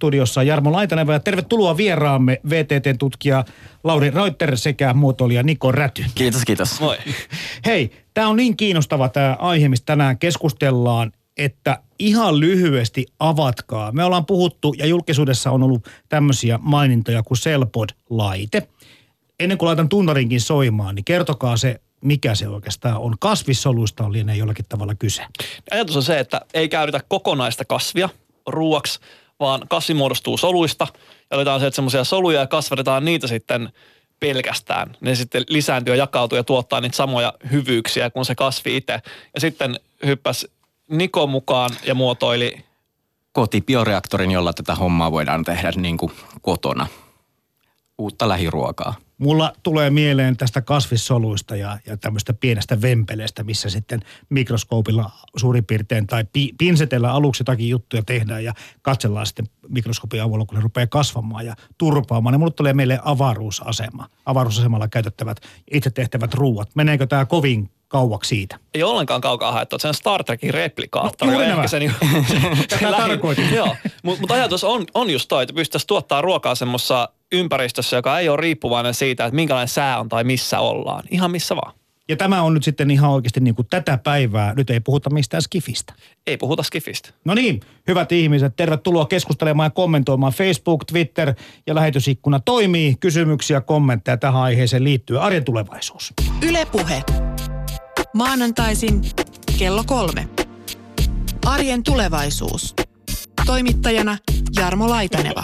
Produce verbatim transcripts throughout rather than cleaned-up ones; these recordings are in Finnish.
studiossa Jarmo Laitaneva ja tervetuloa vieraamme V T T-tutkija Lauri Reuter sekä muotoilija Niko Räty. Kiitos, kiitos. Moi. Hei, tämä on niin kiinnostava tämä aihe, mistä tänään keskustellaan, että ihan lyhyesti avatkaa. Me ollaan puhuttu ja julkisuudessa on ollut tämmöisiä mainintoja kuin CellPod-laite. Ennen kuin laitan tunnarinkin soimaan, niin kertokaa se, mikä se oikeastaan on. Kasvissoluista on lienee jollakin tavalla kyse. Ajatus on se, että ei käytetä kokonaista kasvia ruuaksi, vaan kasvi muodostuu soluista ja otetaan se, että semmoisia soluja ja kasvatetaan niitä sitten pelkästään. Ne sitten lisääntyy ja jakautuu ja tuottaa niitä samoja hyvyyksiä kuin se kasvi itse. Ja sitten hyppäsi Niko mukaan ja muotoili kotibioreaktorin, jolla tätä hommaa voidaan tehdä niin kuin kotona. Uutta lähiruokaa. Mulla tulee mieleen tästä kasvissoluista ja, ja tämmöistä pienestä vempeleestä, missä sitten mikroskoopilla suurin piirtein tai pi, pinsetellä aluksi jotakin juttuja tehdään ja katsellaan sitten mikroskoopin avulla, kun ne rupeaa kasvamaan ja turpaamaan. Ja mulle tulee mieleen avaruusasema. Avaruusasemalla käytettävät itse tehtävät ruuat. Meneekö tämä kovin kauaksi siitä? Ei ollenkaan kaukaa haettu, että se on Star Trekin replikaattori. No, ehkä se niin, tätä tarkoitin. Joo, mutta mut ajatus on, on just toi, että pystyttäisiin tuottaa ruokaa semmoisessa ympäristössä, joka ei ole riippuvainen siitä, että minkälainen sää on tai missä ollaan. Ihan missä vaan. Ja tämä on nyt sitten ihan oikeasti niin kuin tätä päivää. Nyt ei puhuta mistään skifistä. Ei puhuta skifistä. No niin, hyvät ihmiset, tervetuloa keskustelemaan ja kommentoimaan. Facebook, Twitter ja lähetysikkuna toimii. Kysymyksiä, kommentteja tähän aiheeseen liittyen. Arjen tulevaisuus. Yle Puhe. Maanantaisin kello kolme. Arjen tulevaisuus. Toimittajana Jarmo Laitaneva.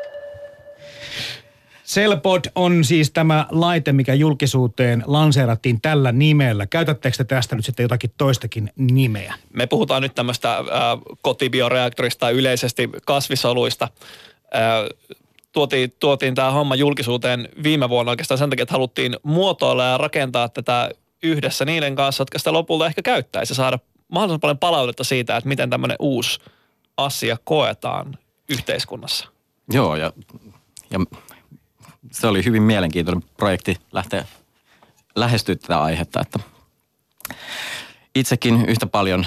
CellPod on siis tämä laite, mikä julkisuuteen lanseerattiin tällä nimellä. Käytättekö te tästä nyt sitten jotakin toistakin nimeä? Me puhutaan nyt tämmöistä äh, kotibioreaktorista tai yleisesti kasvisoluista. Äh, tuotiin, tuotiin tämä homma julkisuuteen viime vuonna oikeastaan sen takia, että haluttiin muotoilla ja rakentaa tätä yhdessä niiden kanssa, jotka sitä lopulta ehkä käyttäisi ja saada mahdollisimman paljon palautetta siitä, että miten tämmöinen uusi asia koetaan yhteiskunnassa. Joo, ja, ja se oli hyvin mielenkiintoinen projekti lähteä lähestyä tätä aihetta, että itsekin yhtä paljon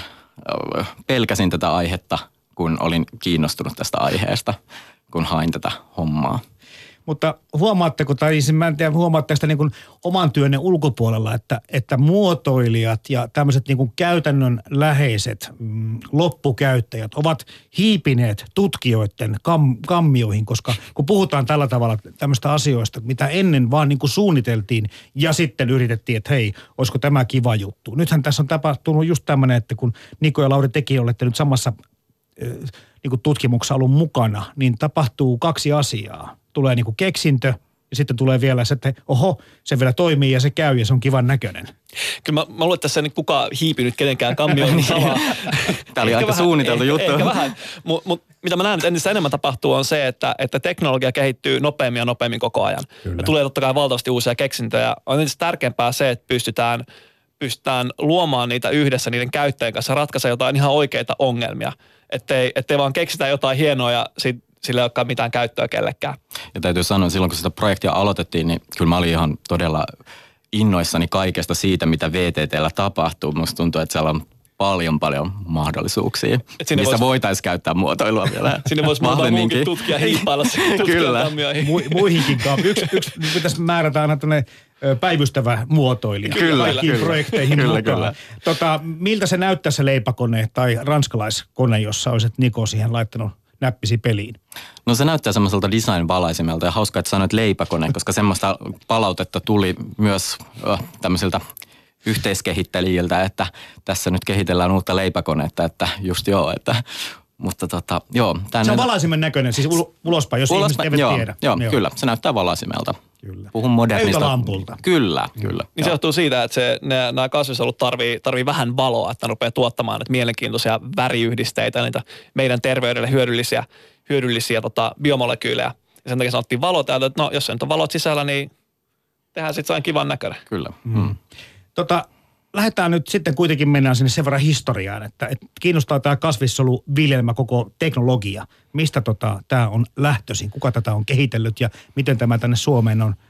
pelkäsin tätä aihetta, kun olin kiinnostunut tästä aiheesta, kun hain tätä hommaa. Mutta huomaatteko, tai mä en tiedä, huomaatteko sitä niin kuin oman työnne ulkopuolella, että, että muotoilijat ja tämmöiset niin kuin käytännön läheiset mm, loppukäyttäjät ovat hiipineet tutkijoiden kam, kammioihin, koska kun puhutaan tällä tavalla tämmöistä asioista, mitä ennen vaan niin kuin suunniteltiin ja sitten yritettiin, että hei, olisiko tämä kiva juttu. Nythän tässä on tapahtunut just tämmöinen, että kun Niko ja Lauri tekin olette nyt samassa äh, niin kuin tutkimuksessa ollut mukana, niin tapahtuu kaksi asiaa. Tulee niinku keksintö ja sitten tulee vielä se, että oho, se vielä toimii ja se käy ja se on kivan näköinen. Kyllä mä, mä luulen, että tässä ei nyt kukaan hiipinyt kenenkään kammioon salaa. Tämä oli aika vähän, suunniteltu ehkä, juttu. Ehkä vähän, mutta mut, mitä mä näen, että entistä enemmän tapahtuu on se, että, että teknologia kehittyy nopeammin ja nopeammin koko ajan. Kyllä. Ja tulee totta kai valtavasti uusia keksintöjä. On entistä tärkeämpää se, että pystytään, pystytään luomaan niitä yhdessä niiden käyttäjien kanssa, ratkaista jotain ihan oikeita ongelmia. Ettei, ettei vaan keksitä jotain hienoa ja sit sillä ei olekaan mitään käyttöä kellekään. Ja täytyy sanoa, että silloin kun sitä projektia aloitettiin, niin kyllä mä olin ihan todella innoissani kaikesta siitä, mitä V T T:llä tapahtuu. Musta tuntuu, että siellä on paljon, paljon mahdollisuuksia, missä vois... voitaisiin käyttää muotoilua vielä. Sinne voisi muutama muukin tutkija hiippailla tutkijankammioihin. Mu- muihinkin kammioihin. Yksi, yksi pitäisi määrätä aina tämmöinen päivystävä muotoilija. Kyllä, kaikkiin kyllä. projekteihin kyllä, mukaan. Kyllä. Tota, miltä se näyttää se leipäkone tai ranskalaiskone, jossa olisit Niko siihen laittanut näppisi peliin? No se näyttää semmoiselta design-valaisimelta ja hauska, että sanoit leipäkone, koska semmoista palautetta tuli myös äh, tämmöisiltä yhteiskehittelijiltä, että tässä nyt kehitellään uutta leipäkonetta, että just joo, että mutta tota, joo. Tänne... Se on valaisimen näköinen, siis ul- ulospäin, jos ulospäin, ihmiset eivät joo, tiedä. Joo, joo, kyllä, se näyttää valaisimelta. Kyllä. Puhun modernista. Pöytälampulta. Kyllä, kyllä. Niin se johtuu siitä, että se, ne, nämä kasvisolut tarvii, tarvii vähän valoa, että ne rupeaa tuottamaan näitä mielenkiintoisia väriyhdisteitä, niitä meidän terveydelle hyödyllisiä, hyödyllisiä tota, biomolekyylejä. Ja sen takia sanottiin valo täältä, että no jos se nyt on valot sisällä, niin tehdään sitten sain kivan näköinen. Kyllä. Mm. Tota, lähdetään nyt sitten kuitenkin mennään sinne sen verran historiaan, että, että kiinnostaa tämä kasvissoluviljelmä, koko teknologia. Mistä tota, tämä on lähtöisin? Kuka tätä on kehitellyt ja miten tämä tänne Suomeen on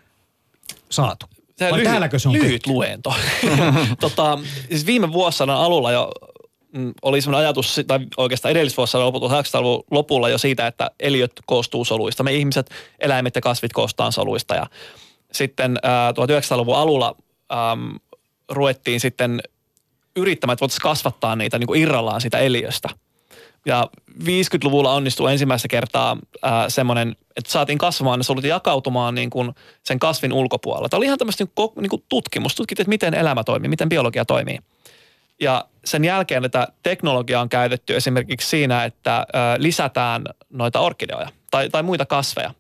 saatu? Vai lyhyt, täälläkö se on lyhyt luento. tota, siis viime vuosina alulla jo oli sellainen ajatus, tai oikeastaan edellisvuosina lopulta tuhatyhdeksänsataaluvun lopulla jo siitä, että eliöt koostuu soluista. Me ihmiset, eläimet ja kasvit koostaan soluista. Ja sitten ää, tuhatyhdeksänsataaluvun alulla äm, ruvettiin sitten yrittämään, että voitaisiin kasvattaa niitä niin kuin irrallaan sitä eliöstä. Ja viisikymmentäluvulla onnistui ensimmäistä kertaa ää, semmoinen, että saatiin kasvamaan ne solut jakautumaan niin kuin sen kasvin ulkopuolella. Tämä oli ihan tämmöistä niin kuin, niin kuin tutkimus. Tutkittiin, että miten elämä toimii, miten biologia toimii. Ja sen jälkeen tätä teknologiaa on käytetty esimerkiksi siinä, että ää, lisätään noita orkideoja tai, tai muita kasveja.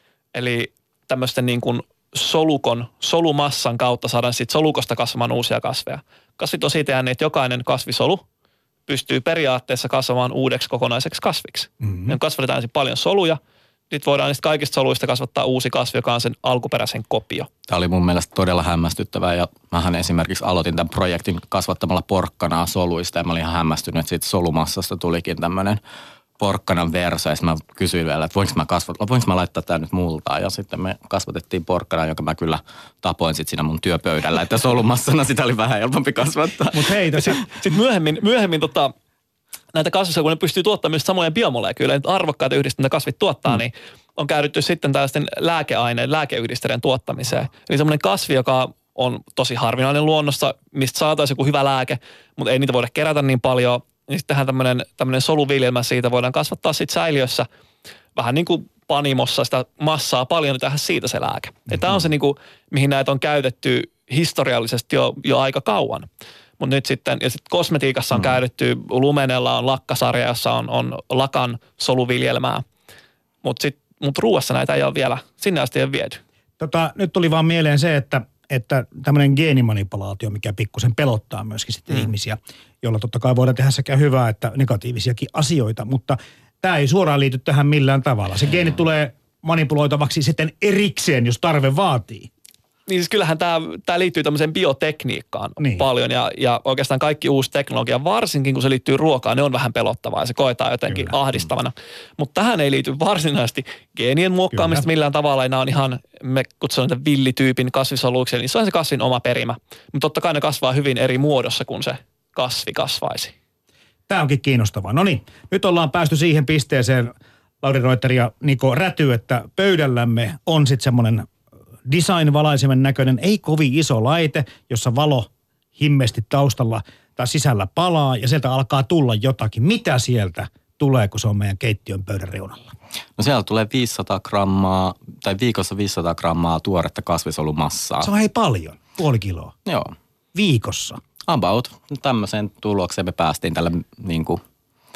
Eli tämmöisten niin kuin solukon, solumassan kautta saadaan sitten solukosta kasvamaan uusia kasveja. Kasvit on siitä jääneet, että jokainen kasvisolu pystyy periaatteessa kasvamaan uudeksi kokonaiseksi kasviksi. Mm-hmm. Me kasvatetaan ensin paljon soluja, nyt voidaan niistä kaikista soluista kasvattaa uusi kasvi, joka on sen alkuperäisen kopio. Tämä oli mun mielestä todella hämmästyttävää ja mähän esimerkiksi aloitin tämän projektin kasvattamalla porkkanaa soluista ja mä olin ihan hämmästynyt, että siitä solumassasta tulikin tämmöinen porkkanan verso ja mä kysyin vielä, että voinko mä, kasvattaa, voinko mä laittaa tämän nyt multaan ja sitten me kasvatettiin porkkanaa, joka mä kyllä tapoin sitten siinä mun työpöydällä, että solumassana sitä oli vähän helpompi kasvattaa. Mut hei, sitten sit myöhemmin, myöhemmin tota, näitä kasveja, kun ne pystyy tuottamaan myös samoja biomolekyylejä, arvokkaita yhdisteitä kasvit tuottaa, mm. niin on käydytty sitten tällaisten lääkeaineen, lääkeyhdisteiden tuottamiseen. Eli semmoinen kasvi, joka on tosi harvinainen luonnossa, mistä saataisiin joku hyvä lääke, mutta ei niitä voida kerätä niin paljon. Niin sittenhän tämmöinen, tämmöinen soluviljelmä siitä voidaan kasvattaa sitten säiliössä vähän niin kuin panimossa sitä massaa paljon, niin tähän siitä se lääke. Mm-hmm. Ja tämä on se, niin kuin, mihin näitä on käytetty historiallisesti jo, jo aika kauan. Mutta nyt sitten, ja sitten kosmetiikassa on mm-hmm. käytetty, Lumenella on lakkasarja, jossa on, on lakan soluviljelmää. Mutta sitten mut ruuassa näitä ei ole vielä, sinne asti ei ole viety. Tota, nyt tuli vaan mieleen se, että että tämmöinen geenimanipulaatio, mikä pikkusen pelottaa myöskin sitten mm. ihmisiä, jolla totta kai voidaan tehdä sekä hyvää että negatiivisiakin asioita, mutta tämä ei suoraan liity tähän millään tavalla. Se geeni tulee manipuloitavaksi sitten erikseen, jos tarve vaatii. Niin siis kyllähän tämä, tämä liittyy tämmöiseen biotekniikkaan niin. paljon ja, ja oikeastaan kaikki uusi teknologia, varsinkin kun se liittyy ruokaan, ne on vähän pelottavaa ja se koetaan jotenkin Kyllä. ahdistavana. Mutta tähän ei liity varsinaisesti geenien muokkaamista Kyllä. millään tavalla. Nämä on ihan, me kutsutaan niitä villityypin kasvisoluiksi, niin se on se kasvin oma perimä. Mutta totta kai ne kasvaa hyvin eri muodossa kuin se kasvi kasvaisi. Tämä onkin kiinnostavaa. No niin, nyt ollaan päästy siihen pisteeseen, Lauri Reuter ja Niko Räty, että pöydällämme on sitten semmoinen design-valaisimen näköinen, ei kovin iso laite, jossa valo himmesti taustalla tai sisällä palaa ja sieltä alkaa tulla jotakin. Mitä sieltä tulee, kun se on meidän keittiön pöydän reunalla? No siellä tulee viisisataa grammaa, tai viikossa viisisataa grammaa tuoretta kasvisolumassaa. Se on hei paljon, puoli kiloa. Joo. Viikossa? About. Tämmöiseen tulokseen me päästiin tällä niin kuin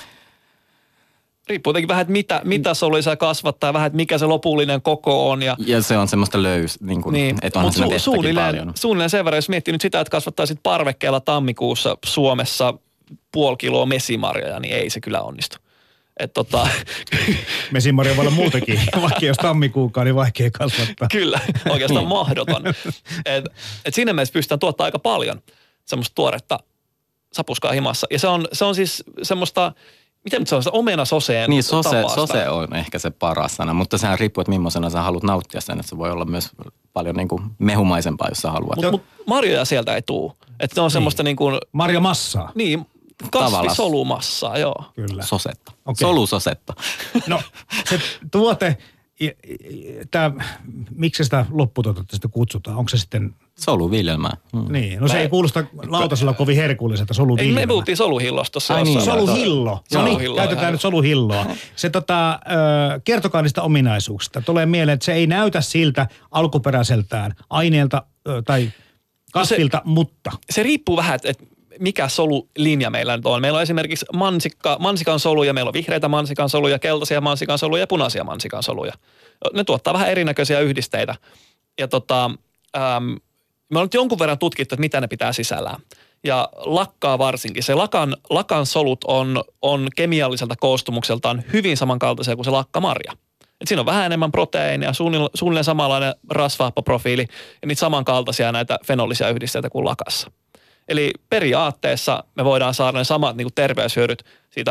riippuu jotenkin vähän, että mitä, mitä soluja saa kasvattaa, vähän, että mikä se lopullinen koko on. Ja, ja se on semmoista löys, niin kuin, niin. että onhan siinä su- vettäkin paljon. Suunnilleen sen verran, jos miettii nyt sitä, että kasvattaisit parvekkeella tammikuussa Suomessa puoli kiloa mesimarjoja, niin ei se kyllä onnistu. Että tota mesimarja voi olla muutakin, vaikka jos tammikuukaan, niin vaikea kasvattaa. Kyllä, oikeastaan mahdoton. Et, et siinä mielessä pystytään tuottaa aika paljon semmoista tuoretta sapuskaa himassa. Ja se on, se on siis semmoista, miten nyt se on sitä omenasoseen Niin, sose, tapasta. sose on ehkä se paras sana, mutta sehän riippuu, että millaisena sä haluat nauttia sen, että se voi olla myös paljon niin kuin mehumaisempaa, jos sä haluat. Mutta mut marjoja sieltä ei tule. Että ne on niin. semmoista niin kuin marjamassaa. Niin, kasvisolumassaa, joo. Kyllä. Sosetta. Okay. Solusosetta. No, se tuote, tämä, miksi sitä lopputuotetta sitten kutsutaan? Onko se sitten soluviljelmää. Hmm. Niin, no se Mä... ei kuulosta lautasella kovin herkulliselta soluviljelmää. Ei, me puhuttiin soluhillosta tuossa. Niin, soluhillo. No niin, käytetään nyt soluhilloa. Se tota, ö, kertokaa niistä ominaisuuksista. Tulee mieleen, että se ei näytä siltä alkuperäiseltään aineelta ö, tai kasvilta, no se, mutta. Se riippuu vähän, että mikä solulinja meillä nyt on. Meillä on esimerkiksi mansikka, mansikan soluja, meillä on vihreitä mansikan soluja, keltaisia mansikan soluja ja punaisia mansikan soluja. Ne tuottaa vähän erinäköisiä yhdisteitä. Ja tota, äm, me on nyt jonkun verran tutkittu, että mitä ne pitää sisällään. Ja lakkaa varsinkin. Se lakan, lakan solut on, on kemialliselta koostumukseltaan hyvin samankaltaisia kuin se lakkamarja. Et siinä on vähän enemmän proteiinia, suunnilleen, suunnilleen samanlainen rasvahappoprofiili ja niitä samankaltaisia näitä fenolisia yhdisteitä kuin lakassa. Eli periaatteessa me voidaan saada ne samat niin kuin terveyshyödyt siitä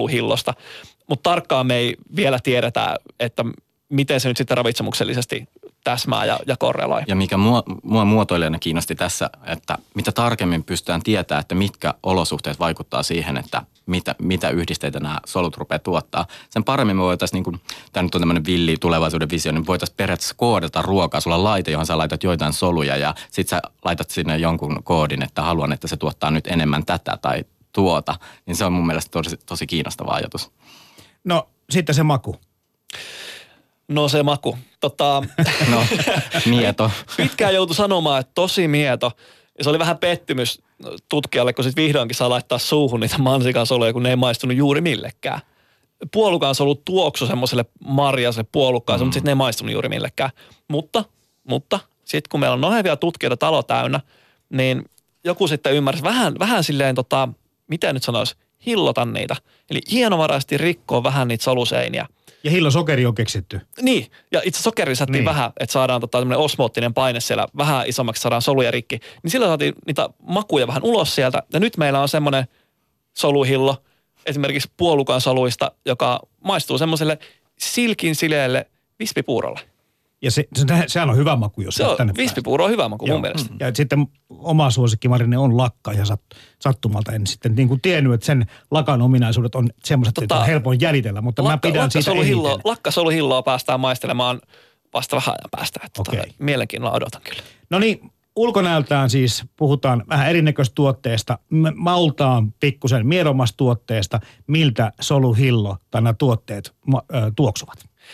marjasoluhillosta, mutta tarkkaan me ei vielä tiedetä, että miten se nyt sitten ravitsemuksellisesti täsmää ja, ja korreloi. Ja mikä mua, mua muotoilijana kiinnosti tässä, että mitä tarkemmin pystytään tietämään, että mitkä olosuhteet vaikuttaa siihen, että mitä, mitä yhdisteitä nämä solut rupeaa tuottaa. Sen paremmin me voitaisiin, niin kuin, tämä nyt on tämmöinen villi tulevaisuuden visio, niin voitaisiin periaatteessa koodata ruokaa. Sulla on laite, johon sä laitat joitain soluja ja sit sä laitat sinne jonkun koodin, että haluan, että se tuottaa nyt enemmän tätä tai tuota. Niin se on mun mielestä tosi, tosi kiinnostava ajatus. No sitten se maku. No se maku. Tota, no, mieto. Pitkään joutui sanomaan, että tosi mieto. Ja se oli vähän pettymys tutkijalle, kun sitten vihdoinkin saa laittaa suuhun niitä mansikasoluja, kun ne ei maistunut juuri millekään. Puolukansolut tuoksu semmoiselle marjaselle puolukkaaselle, mm. mutta sitten ne ei maistunut juuri millekään. Mutta, mutta sitten kun meillä on nohevia tutkijoita talo täynnä, niin joku sitten ymmärsi vähän, vähän silleen, tota, miten nyt sanoisi, hillota niitä. Eli hienovaraisesti rikkoa vähän niitä soluseiniä. Ja hillosokeri on keksitty. Niin, ja itse sokeri lisättiin niin. vähän, että saadaan tota, tämmöinen osmoottinen paine siellä vähän isommaksi, saadaan soluja rikki. Niin sillä saatiin niitä makuja vähän ulos sieltä. Ja nyt meillä on semmoinen soluhillo, esimerkiksi puolukan soluista, joka maistuu semmoiselle silkin sileelle vispipuurolle. Ja se, se, sehän on hyvä maku, jos se on, vispipuuro on hyvä maku mun mielestä. Ja sitten oma suosikkimarine on lakka ja sat, sattumalta en sitten niin kuin tiennyt, että sen lakan ominaisuudet on semmoiset, tota, että on helpoin jäljitellä, mutta lakka, mä pidän siitä eniten. Lakkasoluhilloa päästään maistelemaan vasta vähän ajan päästä. Että okay. tota, mielenkiinnolla odotan kyllä. No niin, ulkonäöltään siis puhutaan vähän erinäköistä tuotteesta, maultaan pikkusen miedommasta tuotteesta, miltä soluhillo tai nämä tuotteet ma, ö, tuoksuvat.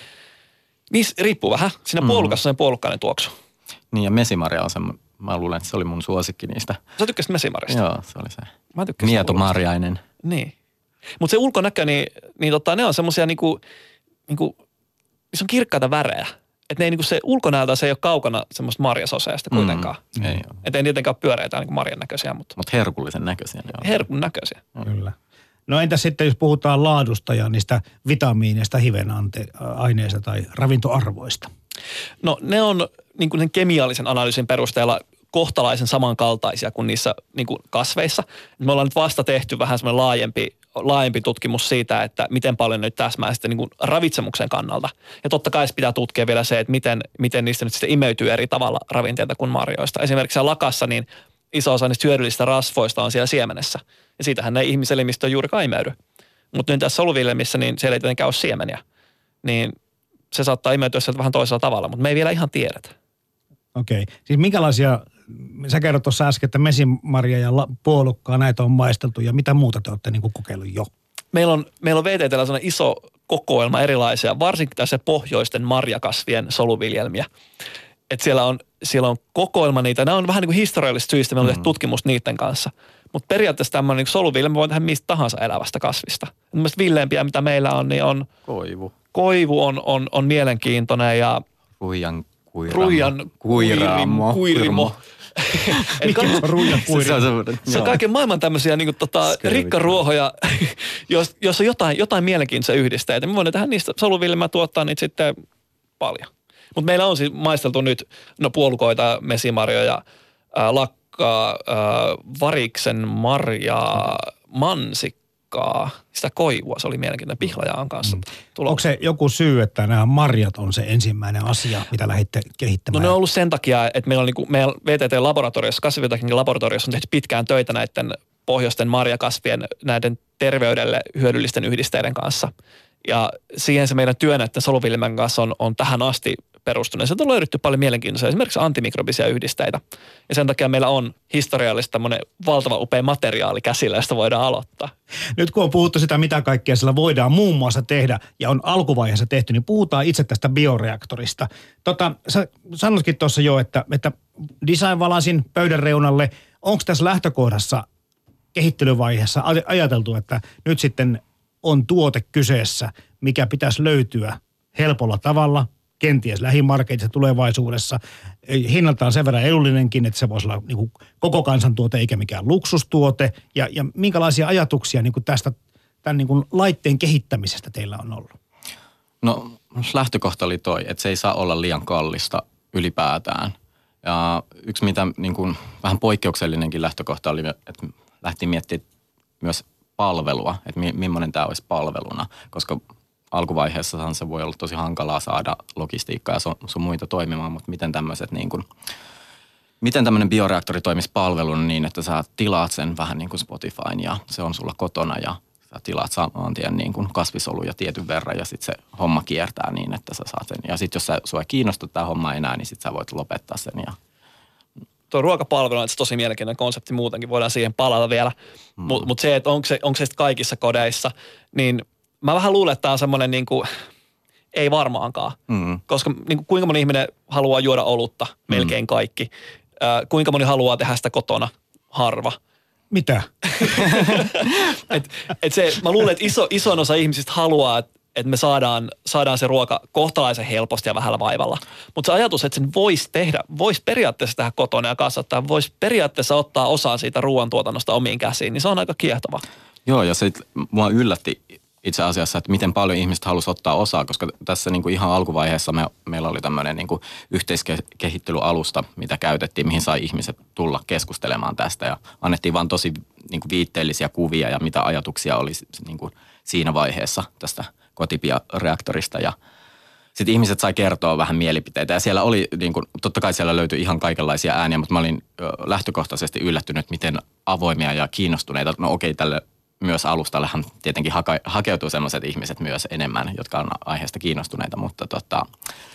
Niissä riippuu vähän. Siinä mm. puolukassa on puolukkainen tuoksu. Niin ja mesimarja on se, mä luulen, että se oli mun suosikki niistä. Sä tykkäsit mesimarjasta? Joo, se oli se. Mä tykkäsin. Mietomarjainen. Niin. Mutta se ulkonäkö, niin, niin tota, ne on semmosia niinku, niinku, niissä on kirkkaita värejä. Että ne niinku se ulkonäöltä se ei ole kaukana semmoista marjasoseesta kuitenkaan. Mm, ei ole. Että ei tietenkään ole pyöreitä niin kuin marjan näköisiä, mutta. Mutta herkullisen näköisiä ne on. Herkun näköisiä. Mm. Kyllä. No entäs sitten, jos puhutaan laadusta ja niistä vitamiineista, hivenaineista tai ravintoarvoista? No ne on niin kuin sen kemiallisen analyysin perusteella kohtalaisen samankaltaisia kuin niissä niin kuin kasveissa. Me ollaan nyt vasta tehty vähän semmoinen laajempi, laajempi tutkimus siitä, että miten paljon ne nyt täsmää sitten niin kuin ravitsemuksen kannalta. Ja totta kai pitää tutkia vielä se, että miten, miten niistä nyt sitten imeytyy eri tavalla ravinteilta kuin marjoista. Esimerkiksi lakassa niin iso osa niistä hyödyllisistä rasvoista on siellä siemenessä. Ja siitähän ne ihmiselimistö juurikaan imeydy. Mutta nyt tässä soluviljelmissä, niin siellä ei tietenkään ole siemeniä. Niin se saattaa imeytyä sieltä vähän toisella tavalla, mutta me ei vielä ihan tiedetä. Okei. Okay. Siis minkälaisia, sä kerrot tuossa äsken, että mesimarja ja puolukkaa, näitä on maisteltu ja mitä muuta te olette niin kuin kokeillut jo? Meillä on, meillä on V T T:llä sellainen iso kokoelma erilaisia, varsinkin tässä pohjoisten marjakasvien soluviljelmiä. Että siellä on, siellä on kokoelma niitä, nämä on vähän niin kuin historiallisista syistä, meillä on tehty tutkimusta niiden kanssa. Mutta periaatteessa tämmöinen niin soluviljelmä voi tehdä mistä tahansa elävästä kasvista. Mielestäni villeimpiä, mitä meillä on, niin on koivu. Koivu on, on, on mielenkiintoinen ja ruijan kuiramo. Ruijan kuirimo. kuirimo. Mikä on ruijan kuirimo? Se, se on kaiken maailman tämmöisiä niin kuin, tota, rikkaruohoja, jos, jos on jotain, jotain mielenkiintoisia yhdisteitä. Me voidaan tehdä niistä soluviljelmää tuottaa niitä sitten paljon. Mutta meillä on siis maisteltu nyt no, puolukoita, mesimarjoja, ää, lakkaa, ää, variksen marjaa, mansikkaa, sitä koivua. Se oli mielenkiintoinen. Pihlajaan kanssa. Mm. Onko se joku syy, että nämä marjat on se ensimmäinen asia, mitä lähditte kehittämään? No ne on ollut sen takia, että meillä on niinku, meidän V T T-laboratoriossa, kasvitekniikan laboratoriossa on tehty pitkään töitä näiden pohjoisten marjakasvien näiden terveydelle hyödyllisten yhdisteiden kanssa. Ja siihen se meidän työ näiden soluviljelmän kanssa on, on tähän asti perustunut. Sieltä on löydetty paljon mielenkiintoisia, esimerkiksi antimikrobisia yhdisteitä. Ja sen takia meillä on historiallisesti tämmöinen valtava upea materiaali käsillä, josta voidaan aloittaa. Nyt kun on puhuttu sitä, mitä kaikkea sillä voidaan muun muassa tehdä ja on alkuvaiheessa tehty, niin puhutaan itse tästä bioreaktorista. Tota, sä sanotkin tuossa jo, että, että design valasin pöydän reunalle. Onko tässä lähtökohdassa kehittelyvaiheessa ajateltu, että nyt sitten on tuote kyseessä, mikä pitäisi löytyä helpolla tavalla, kenties lähimarketissa tulevaisuudessa. Hinnaltaan sen verran edullinenkin, että se voisi olla niin kuin koko kansantuote eikä mikään luksustuote. Ja, ja minkälaisia ajatuksia niin kuin tästä tämän niin kuin laitteen kehittämisestä teillä on ollut? No lähtökohta oli toi, että se ei saa olla liian kallista ylipäätään. Ja yksi mitä niin kuin vähän poikkeuksellinenkin lähtökohta oli, että lähti miettimään myös palvelua, että mi- millainen tämä olisi palveluna, koska alkuvaiheessa se voi olla tosi hankalaa saada logistiikkaa ja sun, sun muita toimimaan, mutta miten tämmöiset niin kuin, miten tämmöinen bioreaktori toimisi palveluna niin, että sä tilaat sen vähän niin kuin Spotifyn ja se on sulla kotona ja sä tilaat saman tien niin kuin kasvisoluja tietyn verran ja sitten se homma kiertää niin, että sä saat sen. Ja sitten jos sä, sua ei kiinnosta tämä homma enää, niin sitten sä voit lopettaa sen. Ja... Tuo ruokapalvelu on tosi mielenkiintoinen konsepti muutenkin, voidaan siihen palata vielä. Mm. Mutta mut se, että onko se, onko se sitten kaikissa kodeissa, niin mä vähän luulen, että tämä on semmoinen niin kuin, ei varmaankaan. Mm. Koska niin kuin, kuinka moni ihminen haluaa juoda olutta, melkein mm. kaikki. Äh, kuinka moni haluaa tehdä sitä kotona, harva. Mitä? et, et se, mä luulen, että iso, isoin osa ihmisistä haluaa, että et me saadaan, saadaan se ruoka kohtalaisen helposti ja vähällä vaivalla. Mutta se ajatus, että sen voisi tehdä, voisi periaatteessa tehdä kotona ja kasvattaa, voisi periaatteessa ottaa osaa siitä ruoantuotannosta omiin käsiin, niin se on aika kiehtova. Joo, ja se mua yllätti itse asiassa, että miten paljon ihmiset halusi ottaa osaa, koska tässä niin kuin ihan alkuvaiheessa me, meillä oli tämmöinen niin kuin yhteiskehittelyalusta, mitä käytettiin, mihin sai ihmiset tulla keskustelemaan tästä ja annettiin vaan tosi niin kuin viitteellisiä kuvia ja mitä ajatuksia oli niin kuin siinä vaiheessa tästä kotibioreaktorista ja sitten ihmiset sai kertoa vähän mielipiteitä ja siellä oli, niin kuin, totta kai siellä löytyi ihan kaikenlaisia ääniä, mutta mä olin lähtökohtaisesti yllättynyt, miten avoimia ja kiinnostuneita, no okei, tälle myös alustallehan tietenkin hake, hakeutuu sellaiset ihmiset myös enemmän, jotka on aiheesta kiinnostuneita, mutta tota,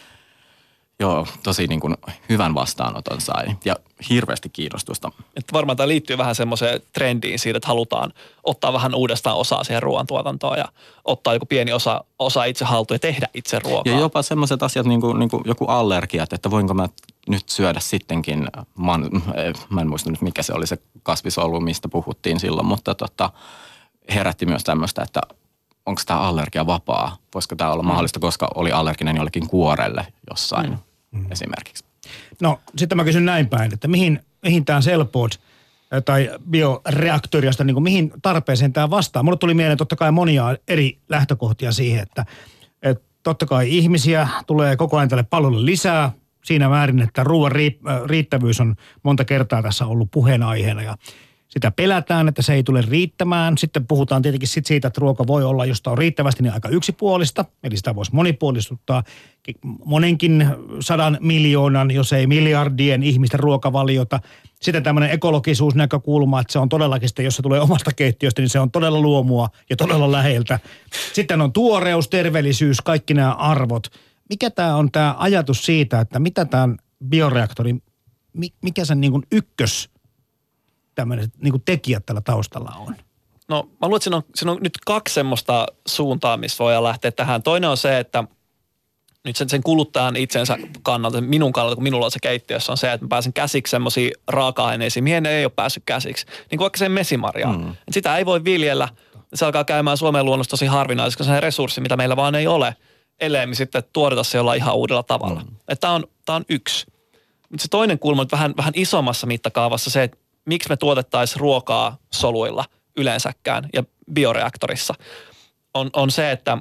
joo, tosi niin kuin hyvän vastaanoton sai ja hirveästi kiinnostusta. Että varmaan tämä liittyy vähän semmoiseen trendiin siitä, että halutaan ottaa vähän uudestaan osaa siihen ruoantuotantoon ja ottaa joku pieni osa, osa itse haltuun ja tehdä itse ruokaa. Ja jopa semmoiset asiat niin kuin, niin kuin joku allergiat, että voinko mä nyt syödä sittenkin, mä, mä en muista nyt mikä se oli se kasvisolu, mistä puhuttiin silloin, mutta tota, herätti myös tämmöistä, että onko tämä allergia vapaa, voisiko tämä olla mahdollista, koska oli allerginen jollekin kuorelle jossain mm. esimerkiksi. No sitten mä kysyn näin päin, että mihin, mihin tämä Cellpod tai bioreaktoriasta, niin kuin mihin tarpeeseen tämä vastaa? Mulle tuli mieleen totta kai monia eri lähtökohtia siihen, että, että totta kai ihmisiä tulee koko ajan tälle pallolle lisää siinä määrin, että ruoan riittävyys on monta kertaa tässä ollut puheenaiheena ja sitä pelätään, että se ei tule riittämään. Sitten puhutaan tietenkin sit siitä, että ruoka voi olla, josta on riittävästi, niin aika yksipuolista. Eli sitä voisi monipuolistuttaa monenkin sadan miljoonan, jos ei miljardien ihmisten ruokavaliota. Sitten tämmöinen ekologisuusnäkökulma, että se on todellakin sitten, jos se tulee omasta keittiöstä, niin se on todella luomua ja todella läheltä. Sitten on tuoreus, terveellisyys, kaikki nämä arvot. Mikä tämä on tämä ajatus siitä, että mitä tämän bioreaktorin, mikä sen niin kuin ykkös tämmöiset niin kuin tekijät tällä taustalla on? No mä luulen, että siinä on, siinä on nyt kaksi semmoista suuntaa, missä voidaan lähteä tähän. Toinen on se, että nyt sen, sen kuluttajan itsensä kannalta, minun kannalta, kun minulla on se keittiössä, on se, että mä pääsen käsiksi semmoisiin raaka-aineisiin, mihin ei ole päässyt käsiksi. Niin kuin vaikka se mesimarjaa. Mm. Sitä ei voi viljellä. Se alkaa käymään Suomen luonnossa tosi harvinaisesti, koska se on resurssi, mitä meillä vaan ei ole, ellei me sitten tuodeta se jollain ihan uudella tavalla. Mm. Että tää on, tää on yksi. Mutta se toinen kulma on vähän, vähän isommassa mittakaavassa se, että miksi me tuotettaisiin ruokaa soluilla yleensäkään ja bioreaktorissa, on, on, se, että,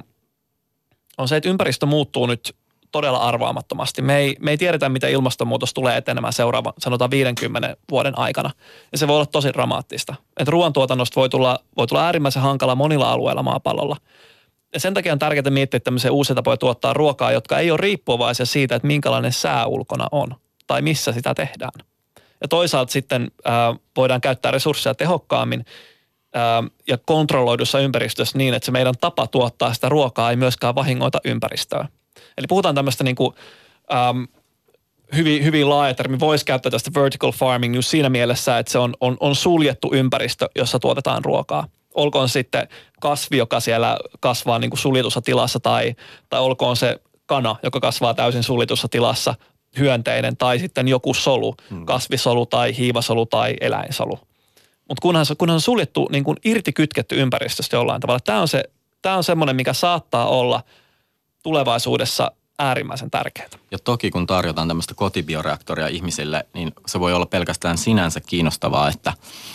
on se, että ympäristö muuttuu nyt todella arvaamattomasti. Me ei, me ei tiedetä, miten ilmastonmuutos tulee etenemään seuraavan, sanotaan viidenkymmenen vuoden aikana. Ja se voi olla tosi dramaattista. Että ruoantuotannosta voi tulla, voi tulla äärimmäisen hankala monilla alueilla maapallolla. Ja sen takia on tärkeää miettiä tämmöisiä uusia tapoja tuottaa ruokaa, jotka ei ole riippuvaisia siitä, että minkälainen sää ulkona on tai missä sitä tehdään. Ja toisaalta sitten ää, voidaan käyttää resursseja tehokkaammin ää, ja kontrolloidussa ympäristössä niin, että se meidän tapa tuottaa sitä ruokaa ei myöskään vahingoita ympäristöä. Eli puhutaan tämmöistä niin kuin, äm, hyvin, hyvin laaja termi. Voisi käyttää tästä vertical farming just siinä mielessä, että se on, on, on suljettu ympäristö, jossa tuotetaan ruokaa. Olkoon sitten kasvi, joka siellä kasvaa niin kuin suljetussa tilassa tai, tai olkoon se kana, joka kasvaa täysin suljetussa tilassa, hyönteinen tai sitten joku solu, hmm. kasvisolu tai hiivasolu tai eläinsolu. Mutta kunhan, kunhan on suljettu, niin kuin irtikytketty ympäristöstä jollain tavalla. Tämä on, se, tämä on semmoinen, mikä saattaa olla tulevaisuudessa äärimmäisen tärkeää. Ja toki kun tarjotaan tämmöistä kotibioreaktoria ihmisille, niin se voi olla pelkästään sinänsä kiinnostavaa, että,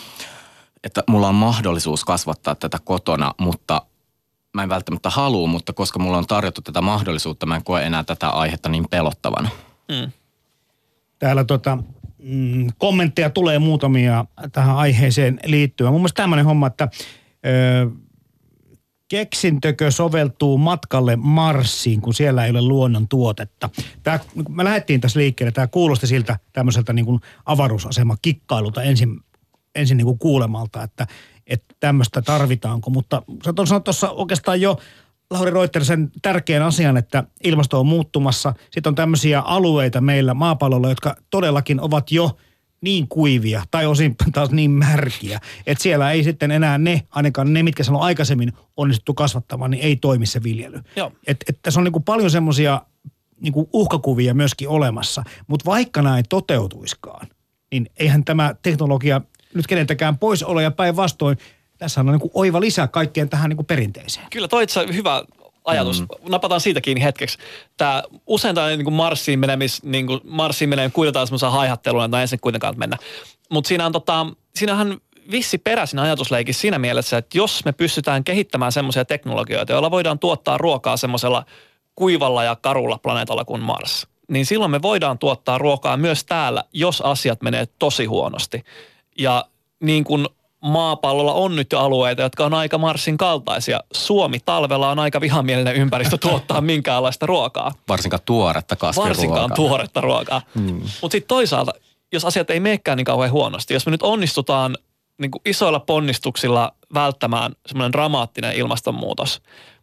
että mulla on mahdollisuus kasvattaa tätä kotona, mutta mä en välttämättä halua, mutta koska mulla on tarjottu tätä mahdollisuutta, mä en koe enää tätä aihetta niin pelottavana. Mm. Täällä tota, mm, kommentteja tulee muutamia tähän aiheeseen liittyen. Mun mielestä tämmöinen homma, että ö, keksintökö soveltuu matkalle Marsiin, kun siellä ei ole luonnon tuotetta? Tämä, me lähdettiin tässä liikkeelle, tämä kuulosti siltä tämmöiseltä niin kuin avaruusasema kikkailulta ensin, ensin niin kuin kuulemalta, että, että tämmöistä tarvitaanko, mutta sä sanoit tuossa oikeastaan jo Lauri Reuter sen tärkeän asian, että ilmasto on muuttumassa. Sitten on tämmöisiä alueita meillä maapallolla, jotka todellakin ovat jo niin kuivia tai osin taas niin märkiä, että siellä ei sitten enää ne, ainakaan ne, mitkä siellä on aikaisemmin onnistuttu kasvattamaan, niin ei toimi se viljely. Että et tässä on niinku paljon semmoisia niinku uhkakuvia myöskin olemassa, mutta vaikka näin toteutuiskaan, niin eihän tämä teknologia nyt keneltäkään pois ole ja päinvastoin. Tässä on niinku oiva lisä kaikkeen tähän niinku perinteiseen. Kyllä toi itse hyvä ajatus. Mm. Napataan siitä kiinni hetkeksi. Tämä usein tämä niin Marsiin menemis, niin kuin Marsiin meneminen kuitenkaan semmoisen haihatteluna, että ei sen kuitenkaan mennä. Mutta siinä on tota, siinähän vissi perä siinä ajatusleikissä siinä mielessä, että jos me pystytään kehittämään semmoisia teknologioita, joilla voidaan tuottaa ruokaa semmoisella kuivalla ja karulla planeetalla kuin Mars, niin silloin me voidaan tuottaa ruokaa myös täällä, jos asiat menee tosi huonosti. Ja niin kuin maapallolla on nyt jo alueita, jotka on aika Marsin kaltaisia. Suomi talvella on aika vihamielinen ympäristö tuottaa minkäänlaista ruokaa. Varsinkaan tuoretta kasviruokaa. Varsinkaan tuoretta ruokaa. Mm. Mutta sitten toisaalta, jos asiat ei meekään niin kauhean huonosti, jos me nyt onnistutaan niin kuin isoilla ponnistuksilla välttämään semmoinen dramaattinen ilmastonmuutos,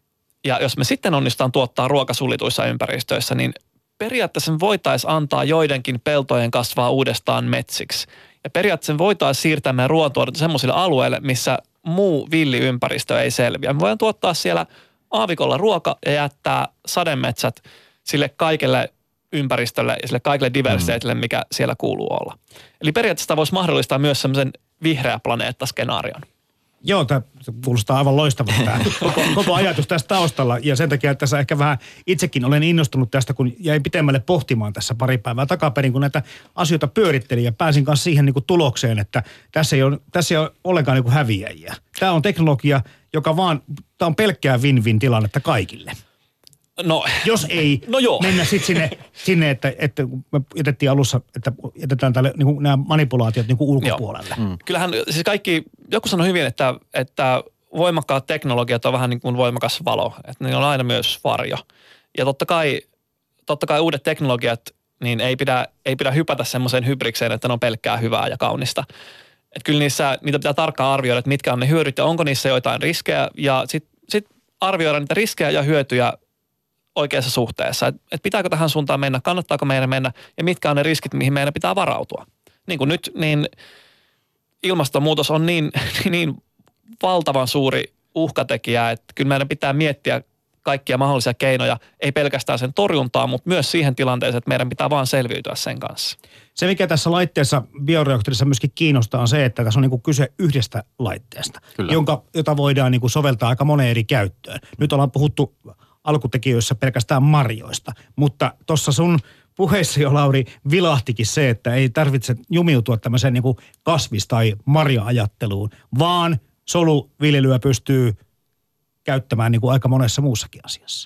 ja jos me sitten onnistutaan tuottaa ruokasulituissa ympäristöissä, niin periaatteessa me voitaisiin antaa joidenkin peltojen kasvaa uudestaan metsiksi. Ja periaatteessa voitaisiin siirtää meidän ruoantuotanto semmoisille alueille, missä muu villiympäristö ei selviä. Me voidaan tuottaa siellä aavikolla ruoka ja jättää sademetsät sille kaikelle ympäristölle ja sille kaikille diversiteetille, mikä siellä kuuluu olla. Eli periaatteessa tämä voisi mahdollistaa myös semmoisen vihreä planeetta-skenaarion. Joo, tämä kuulostaa aivan loistavalta tämä koko, koko ajatus tässä taustalla ja sen takia tässä ehkä vähän itsekin olen innostunut tästä, kun jäin pitemmälle pohtimaan tässä pari päivää takaperin, kun näitä asioita pyörittelin ja pääsin kanssa siihen niin kuin tulokseen, että tässä ei ole, tässä ei ole ollenkaan niin kuin häviäjiä. Tämä on teknologia, joka vaan, tämä on pelkkää win-win tilannetta kaikille. No, jos ei no joo. mennä sitten sinne, sinne että, että me jätettiin alussa, että jätetään tälle niin kuin nämä manipulaatiot niin kuin ulkopuolelle. Mm. Kyllähän siis kaikki, joku sanoi hyvin, että, että voimakkaat teknologiat on vähän niin kuin voimakas valo, että ne on aina myös varjo. Ja totta kai, totta kai uudet teknologiat, niin ei pidä, ei pidä hypätä semmoiseen hybrikseen, että ne on pelkkää hyvää ja kaunista. Että kyllä niissä, niitä pitää tarkkaan arvioida, että mitkä on ne hyödyt ja onko niissä jotain riskejä ja sitten sit arvioida niitä riskejä ja hyötyjä oikeassa suhteessa. Että et pitääkö tähän suuntaan mennä, kannattaako meidän mennä ja mitkä on ne riskit, mihin meidän pitää varautua. Niin kuin nyt, niin ilmastonmuutos on niin, niin valtavan suuri uhkatekijä, että kyllä meidän pitää miettiä kaikkia mahdollisia keinoja, ei pelkästään sen torjuntaa, mutta myös siihen tilanteeseen, että meidän pitää vaan selviytyä sen kanssa. Se, mikä tässä laitteessa bioreaktorissa myöskin kiinnostaa, on se, että tässä on niin kuin kyse yhdestä laitteesta, jonka, jota voidaan niin kuin soveltaa aika moneen eri käyttöön. Nyt ollaan puhuttu alkutekijöissä pelkästään marjoista, mutta tuossa sun puheissa jo, Lauri, vilahtikin se, että ei tarvitse jumiutua tämmöiseen niin kuin kasvis- tai marja-ajatteluun, vaan soluviljelyä pystyy käyttämään niin kuin aika monessa muussakin asiassa.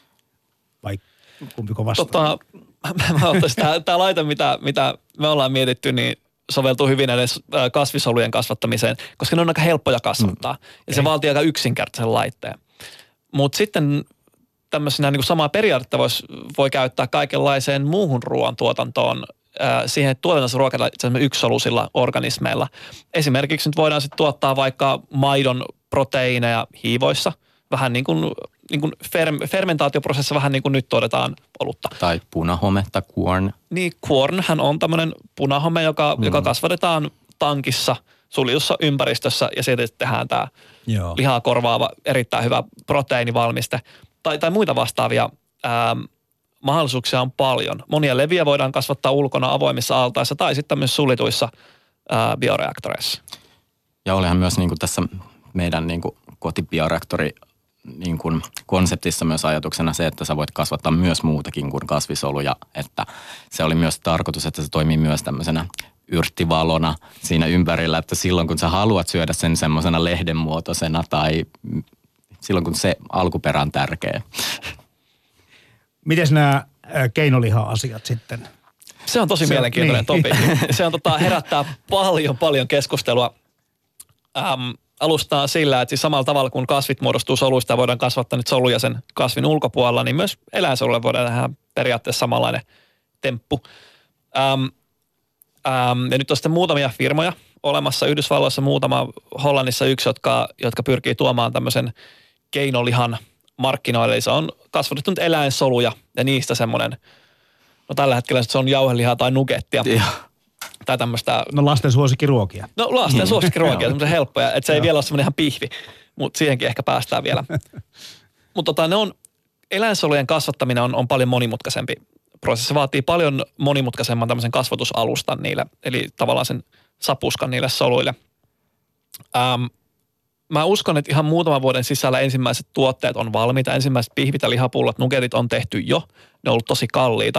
Vai kumpiko vastaan? Tota, mä ottaisin, tämä laite, mitä, mitä me ollaan mietitty, niin soveltuu hyvin näiden kasvisolujen kasvattamiseen, koska ne on aika helppoja kasvattaa. Mm. Ja se vaatii aika yksinkertaisen laitteen. Mutta sitten tämmöisenä niin kuin samaa periaatetta vois, voi käyttää kaikenlaiseen muuhun ruoantuotantoon, äh, siihen, että tuotetaan se ruoka yksolusilla organismeilla. Esimerkiksi nyt voidaan sitten tuottaa vaikka maidon proteiineja hiivoissa, vähän niin kuin, niin kuin fer- fermentaatioprosessissa, vähän niin kuin nyt tuotetaan olutta. Tai punahome tai kuorn. Niin, kuornhän on tämmöinen punahome, joka, mm. joka kasvatetaan tankissa suljussa ympäristössä ja siitä tehdään tämä Joo. lihaa korvaava erittäin hyvä proteiinivalmiste. Tai, tai muita vastaavia ää, mahdollisuuksia on paljon. Monia leviä voidaan kasvattaa ulkona avoimissa altaissa tai sitten myös sulituissa ää, bioreaktoreissa. Ja olihan myös niin kuin tässä meidän niin kuin kotibioreaktori niin kuin konseptissa myös ajatuksena se, että sä voit kasvattaa myös muutakin kuin kasvisoluja. Että se oli myös tarkoitus, että se toimii myös tämmöisenä yrttivalona siinä ympärillä, että silloin kun sä haluat syödä sen semmoisena lehdenmuotoisena tai silloin kun se alkuperä on tärkeä. Miten nämä keinoliha-asiat sitten? Se on tosi se mielenkiintoinen niin. topi. Se on tota, herättää paljon, paljon keskustelua. Ähm, alustaa sillä, että siis samalla tavalla kun kasvit muodostuu soluista ja voidaan kasvattaa nyt soluja sen kasvin ulkopuolella, niin myös eläinsolulle voidaan tehdä periaatteessa samanlainen temppu. Ähm, ähm, ja nyt on sitten muutamia firmoja olemassa, Yhdysvalloissa muutama, Hollannissa yksi, jotka, jotka pyrkii tuomaan tämmöisen keinolihan markkinoille. Eli se on kasvatettu nyt eläinsoluja ja niistä semmoinen, no tällä hetkellä se on jauhelihaa tai nuggettia. Tai tämmöistä. No lasten suosikkiruokia. No lasten suosikkiruokia, semmoisia helppoja, että se ei vielä ole semmoinen ihan pihvi, mutta siihenkin ehkä päästään vielä. Mutta tota, ne on, eläinsolujen kasvattaminen on, on paljon monimutkaisempi prosessi. Se vaatii paljon monimutkaisemman tämmöisen kasvatusalustan niille, eli tavallaan sen sapuskan niille soluille. Ähm, mä uskon, että ihan muutaman vuoden sisällä ensimmäiset tuotteet on valmiita. Ensimmäiset pihvit ja lihapullot, nugetit on tehty jo. Ne on ollut tosi kalliita.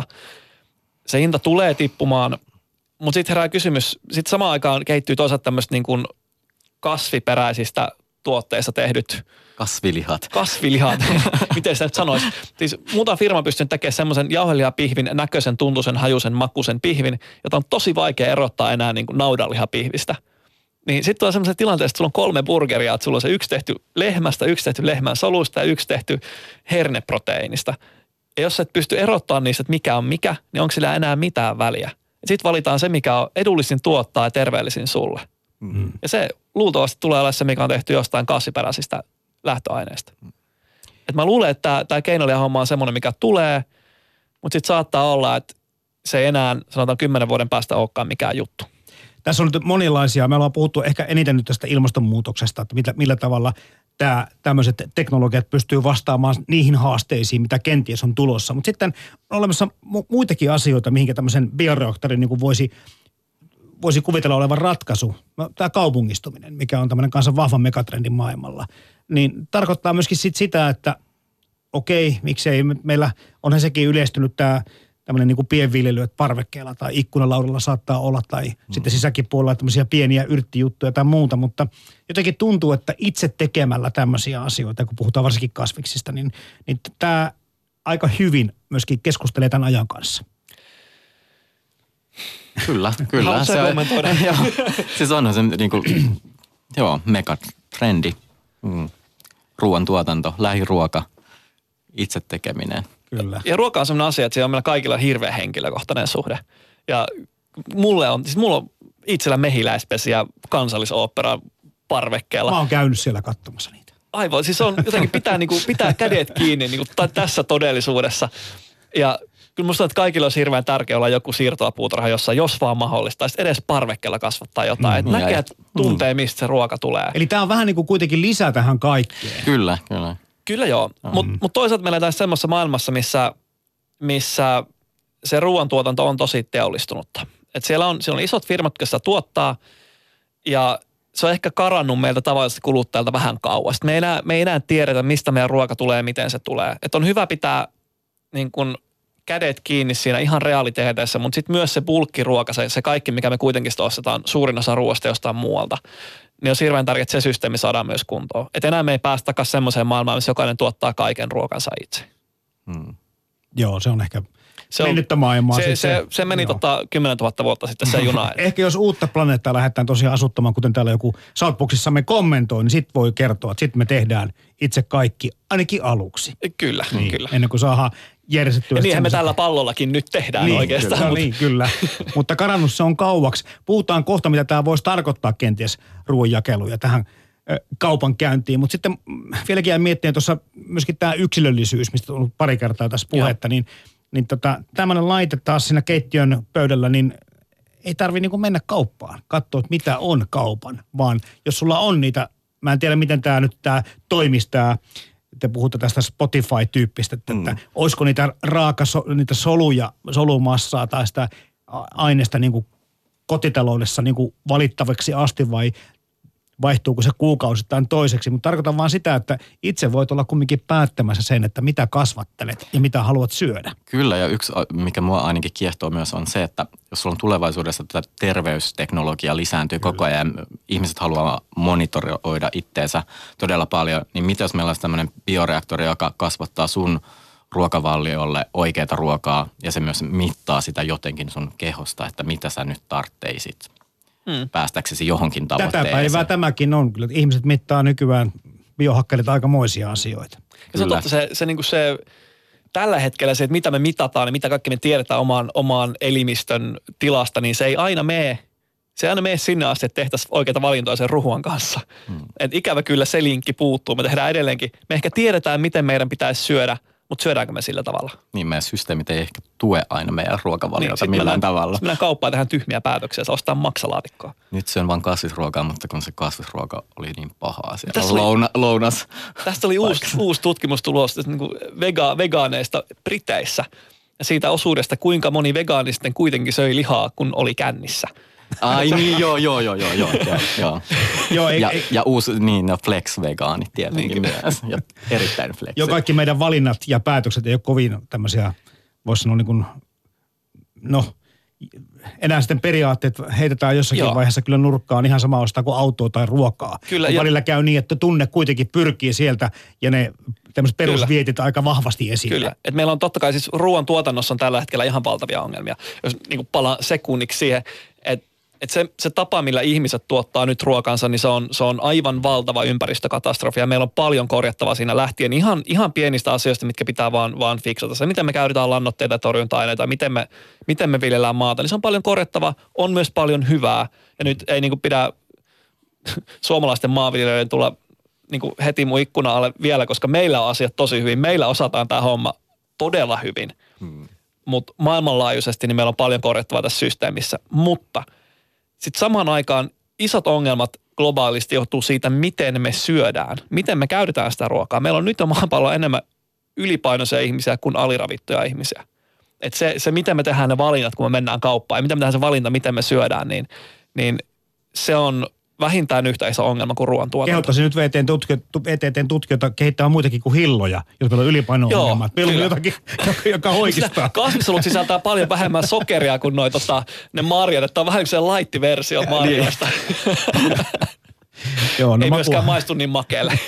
Se hinta tulee tippumaan. Mutta sitten herää kysymys, sitten samaan aikaan kehittyy toisaalta tämmöistä niin kuin kasviperäisistä tuotteista tehdyt. Kasvilihat. Kasvilihat, miten sitä nyt sanoisi. Siis muutama firma pystyy tekemään semmoisen jauhelihapihvin, näköisen, tuntuisen, hajuisen, makuisen pihvin, jota on tosi vaikea erottaa enää niin kuin naudanlihapihvistä. Niin sitten on semmoisen tilanteessa, että sulla on kolme burgeria, että sulla on se yksi tehty lehmästä, yksi tehty lehmän soluista ja yksi tehty herneproteiinista. Ja jos sä et pysty erottamaan niistä, että mikä on mikä, niin onko sillä enää mitään väliä? Sitten valitaan se, mikä on edullisin tuottaa ja terveellisin sulle. Mm-hmm. Ja se luultavasti tulee olla se, mikä on tehty jostain kasviperäisistä lähtöaineista. Mm. Et mä luulen, että tämä keinoliha-homma on semmoinen, mikä tulee, mutta sitten saattaa olla, että se ei enää, sanotaan kymmenen vuoden päästä olekaan mikään juttu. Tässä on nyt monilaisia. Me ollaan puhuttu ehkä eniten nyt tästä ilmastonmuutoksesta, että millä, millä tavalla tämä, tämmöiset teknologiat pystyy vastaamaan niihin haasteisiin, mitä kenties on tulossa. Mutta sitten on olemassa mu- muitakin asioita, mihinkä tämmöisen bioreaktorin niin kuin voisi, voisi kuvitella olevan ratkaisu. No, tämä kaupungistuminen, mikä on tämmöinen kanssa vahva megatrendi maailmalla, niin tarkoittaa myöskin sit sitä, että okei, miksei meillä, onhan sekin yleistynyt tämä tämmöinen niin kuin pienviljely, että parvekkeella tai ikkunalaudalla saattaa olla tai mm. sitten sisäkipuolella tämmöisiä pieniä yrttijuttuja tai muuta, mutta jotenkin tuntuu, että itse tekemällä tämmöisiä asioita, kun puhutaan varsinkin kasviksista, niin, niin tämä aika hyvin myöskin keskustelee tämän ajan kanssa. Kyllä, kyllä. Haluatko se kommentoida? Joo, siis onhan se niin kuin, joo, megatrendi, mm. ruoantuotanto, lähiruoka, itse tekeminen. Kyllä. Ja ruoka on sellainen asia, että se on meillä kaikilla hirveän henkilökohtainen suhde. Ja mulle on, siis mulla on itsellä mehiläispesi ja kansallisooppera parvekkeella. Mä oon käynyt siellä katsomassa niitä. Aivan, siis on jotenkin pitää, niin kuin, pitää kädet kiinni niin kuin tässä todellisuudessa. Ja kyllä musta on, että kaikilla olisi hirveän tärkeää olla joku siirtoapuutarha, jossa jos vaan mahdollista, tai edes parvekkeella kasvattaa jotain. Mm, että näkee, että tuntee, mistä se ruoka tulee. Eli tää on vähän niin kuin kuitenkin lisä tähän kaikkeen. Kyllä, kyllä. Kyllä joo, mm. mutta mut toisaalta me eletään semmoisessa maailmassa, missä, missä se ruoantuotanto on tosi teollistunutta. Et siellä, on, siellä on isot firmat, jotka sitä tuottaa ja se on ehkä karannut meiltä tavallisesti kuluttajalta vähän kauas. Me ei, enää, me ei enää tiedetä, mistä meidän ruoka tulee ja miten se tulee. Et on hyvä pitää niin kun kädet kiinni siinä ihan realiteeteissa, mutta sitten myös se bulkkiruoka, se, se kaikki, mikä me kuitenkin ostetaan, suurin osa ruoasta jostain muualta, niin on hirveän tärkeää, että se systeemi saadaan myös kuntoon. Että enää me ei päästä takaisin semmoiseen maailmaan, missä jokainen tuottaa kaiken ruokansa itse. Hmm. Joo, se on ehkä se on, mennyttä maailmaa. Se, se, se meni tota kymmenen tuhatta vuotta sitten se juna. Ehkä jos uutta planeettaa lähdetään tosiaan asuttamaan, kuten täällä joku Southboxissamme kommentoi, niin sit voi kertoa, että sitten me tehdään itse kaikki, ainakin aluksi. Kyllä, niin, kyllä. Ennen kuin saadaan järjestettyä. Ja niinhän me tällä pallollakin nyt tehdään niin, oikeastaan. Kyllä, mutta... niin, kyllä. Mutta karannut se on kauaksi. Puhutaan kohta, mitä tämä voisi tarkoittaa kenties ruoanjakeluun ja tähän ö, kaupan käyntiin. Mutta sitten vieläkin jää miettimään tuossa myöskin tämä yksilöllisyys, mistä on ollut pari kertaa tässä puhetta, niin, niin tota, tämmöinen laite taas siinä keittiön pöydällä, niin ei tarvitse niinku mennä kauppaan, katsoa, että mitä on kaupan, vaan jos sulla on niitä, mä en tiedä miten tämä nyt tämä toimisi tämä, te puhutte tästä Spotify-tyyppistä, että, mm. että olisiko niitä raaka, niitä soluja, solumassaa tai sitä aineesta niin kuin kotitaloudessa niin kuin valittavaksi asti vai vaihtuuko se kuukausittain toiseksi. Mutta tarkoitan vaan sitä, että itse voit olla kumminkin päättämässä sen, että mitä kasvattelet ja mitä haluat syödä. Kyllä, ja yksi, mikä mua ainakin kiehtoo myös, on se, että jos sulla on tulevaisuudessa tätä terveysteknologia lisääntyy Kyllä. koko ajan, ihmiset haluaa monitoroida itteensä todella paljon, niin mitä jos meillä olisi tämmöinen bioreaktori, joka kasvattaa sun ruokavalliolle oikeaa ruokaa ja se myös mittaa sitä jotenkin sun kehosta, että mitä sä nyt tartteisit. hmm. päästäksesi johonkin tavoitteeseen. Tätä päivää tämäkin on kyllä. Ihmiset mittaa nykyään biohakkerit aikamoisia asioita. Ja se on totta, se, se, niin kuin se tällä hetkellä se, että mitä me mitataan ja mitä kaikki me tiedetään oman, oman elimistön tilasta, niin se ei aina mene, se ei aina mene sinne asti, että tehtäisiin oikeita valintoja sen ruhuan kanssa. Hmm. Et ikävä kyllä se linkki puuttuu. Me tehdään edelleenkin, me ehkä tiedetään, miten meidän pitäisi syödä, mutta syödäänkö me sillä tavalla? Niin, meidän systeemit ei ehkä tue aina meidän ruokavaliota niin, millään mennään, tavalla. Mennään kauppaan tehdään tyhmiä päätöksiä, se ostaa maksalaatikkoa. Nyt se on vaan kasvisruokaa, mutta kun se kasvisruoka oli niin pahaa siellä Tästä oli, louna, lounas. Tästä oli uusi, uusi tutkimus tulossa niin kuin vega, vegaaneista Briteissä ja siitä osuudesta, kuinka moni vegaanisten kuitenkin söi lihaa, kun oli kännissä. Ai niin, joo, joo, joo, joo, joo, joo. joo ei, ja, ei, ja uusi, niin, no flex-vegaanit tietenkin niin, myös, ja erittäin flex. Joo, kaikki meidän valinnat ja päätökset ei ole kovin tämmöisiä, voisi sanoa niin kuin, no, enää sitten periaatteet heitetään jossakin joo. vaiheessa kyllä nurkkaan ihan sama ostaa kuin autoa tai ruokaa. Kyllä. Ja välillä käy niin, että tunne kuitenkin pyrkii sieltä ja ne tämmöiset perusvietit aika vahvasti esille. Kyllä. Et meillä on totta kai siis ruoan tuotannossa on tällä hetkellä ihan valtavia ongelmia. Jos niin kuin palaan sekunniksi siihen, että et se, se tapa, millä ihmiset tuottaa nyt ruokansa, niin se on, se on aivan valtava ympäristökatastrofi. Ja meillä on paljon korjattavaa siinä lähtien ihan, ihan pienistä asioista, mitkä pitää vaan, vaan fiksata. Se, miten me käytetään lannoitteita ja torjunta-aineita, miten me, miten me viljellään maata, niin se on paljon korjattavaa, on myös paljon hyvää. Ja nyt ei niin kuin pidä suomalaisten maanviljelijöiden tulla niin kuin heti mun ikkuna alle vielä, koska meillä on asiat tosi hyvin. Meillä osataan tämä homma todella hyvin. Hmm. Mutta maailmanlaajuisesti niin meillä on paljon korjattavaa tässä systeemissä. Mutta sitten samaan aikaan isot ongelmat globaalisti johtuu siitä, miten me syödään, miten me käytetään sitä ruokaa. Meillä on nyt jo maapallolla enemmän ylipainoisia ihmisiä kuin aliravittuja ihmisiä. Et se, se, miten me tehdään ne valinnat, kun me mennään kauppaan ja miten me tehdään se valinta, miten me syödään, niin, niin se on vähintään yhtä iso ongelma kuin ruoantuotanto. Kehottaisin nyt V T T:n tutkijoita kehittämään muitakin kuin hilloja, jos meillä on ylipaino-ongelmat. Meillä on jotakin, joka, joka hoikistaa. Kasvissolut sisältää paljon vähemmän sokeria kuin noi, tota, ne marjat. Että on vähän kuin se light-versio marjoista. Joo, no ei makua myöskään maistu niin makealle.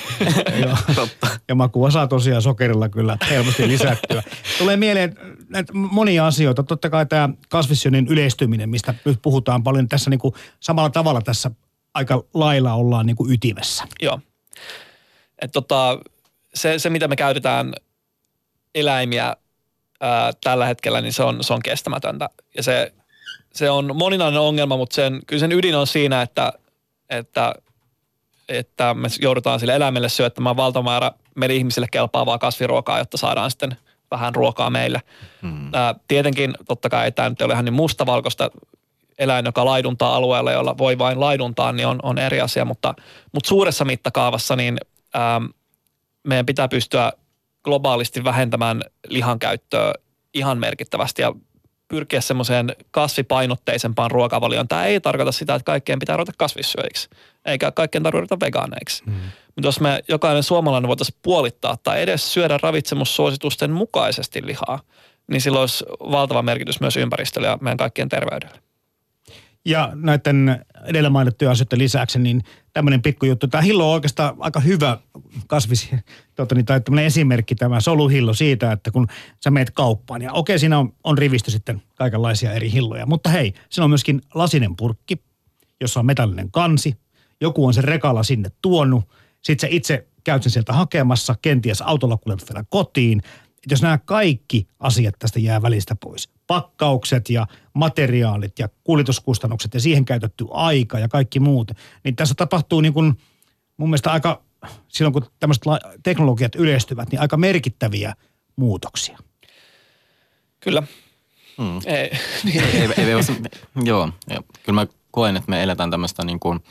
Ja makua saa tosiaan sokerilla kyllä helposti lisättyä. Tulee mieleen näitä monia asioita. Totta kai tämä kasvissyönnin yleistyminen, mistä nyt puhutaan paljon tässä niin kuin samalla tavalla tässä aika lailla ollaan niin kuin ytimessä. Joo. Et tota, se, se, mitä me käytetään eläimiä ää, tällä hetkellä, niin se on, se on kestämätöntä. Ja se, se on moninainen ongelma, mutta sen, kyllä sen ydin on siinä, että, että, että me joudutaan sille eläimelle syöttämään valtava määrä meidän ihmisille kelpaavaa kasviruokaa, jotta saadaan sitten vähän ruokaa meille. Hmm. Ää, tietenkin totta kai ei tämä nyt ole ihan niin mustavalkoista. Eläin, joka laiduntaa alueella, jolla voi vain laiduntaa, niin on, on eri asia, mutta, mutta suuressa mittakaavassa niin ää, meidän pitää pystyä globaalisti vähentämään lihan käyttöä ihan merkittävästi ja pyrkiä semmoiseen kasvipainotteisempaan ruokavalioon. Tämä ei tarkoita sitä, että kaikkien pitää ruveta kasvissyöjiksi, eikä kaikkien tarvitse ruveta vegaaneiksi. Mm. Mutta jos me jokainen suomalainen voitaisiin puolittaa tai edes syödä ravitsemussuositusten mukaisesti lihaa, niin sillä olisi valtava merkitys myös ympäristölle ja meidän kaikkien terveydelle. Ja näiden edellä mainittujen asioiden lisäksi, niin tämmöinen pikkujuttu. Tämä hillo on oikeastaan aika hyvä kasvis, tuota, niin, tai tämmöinen esimerkki, tämä soluhillo siitä, että kun sä meet kauppaan. Ja okei, siinä on, on rivistö sitten kaikenlaisia eri hilloja. Mutta hei, siinä on myöskin lasinen purkki, jossa on metallinen kansi. Joku on sen rekalla sinne tuonut. Sitten sä itse käyt sen sieltä hakemassa, kenties autolla kuljet vielä kotiin. Että jos nämä kaikki asiat tästä jää välistä pois, pakkaukset ja materiaalit ja kuljetuskustannukset ja siihen käytetty aika ja kaikki muut, niin tässä tapahtuu niin kuin mun mielestä aika, silloin kun tämmöiset teknologiat yleistyvät, niin aika merkittäviä muutoksia. Kyllä. Hmm. Ei. ei, ei, ei, ei joo, joo, kyllä mä koen, että me eletään tämmöistä niin kuin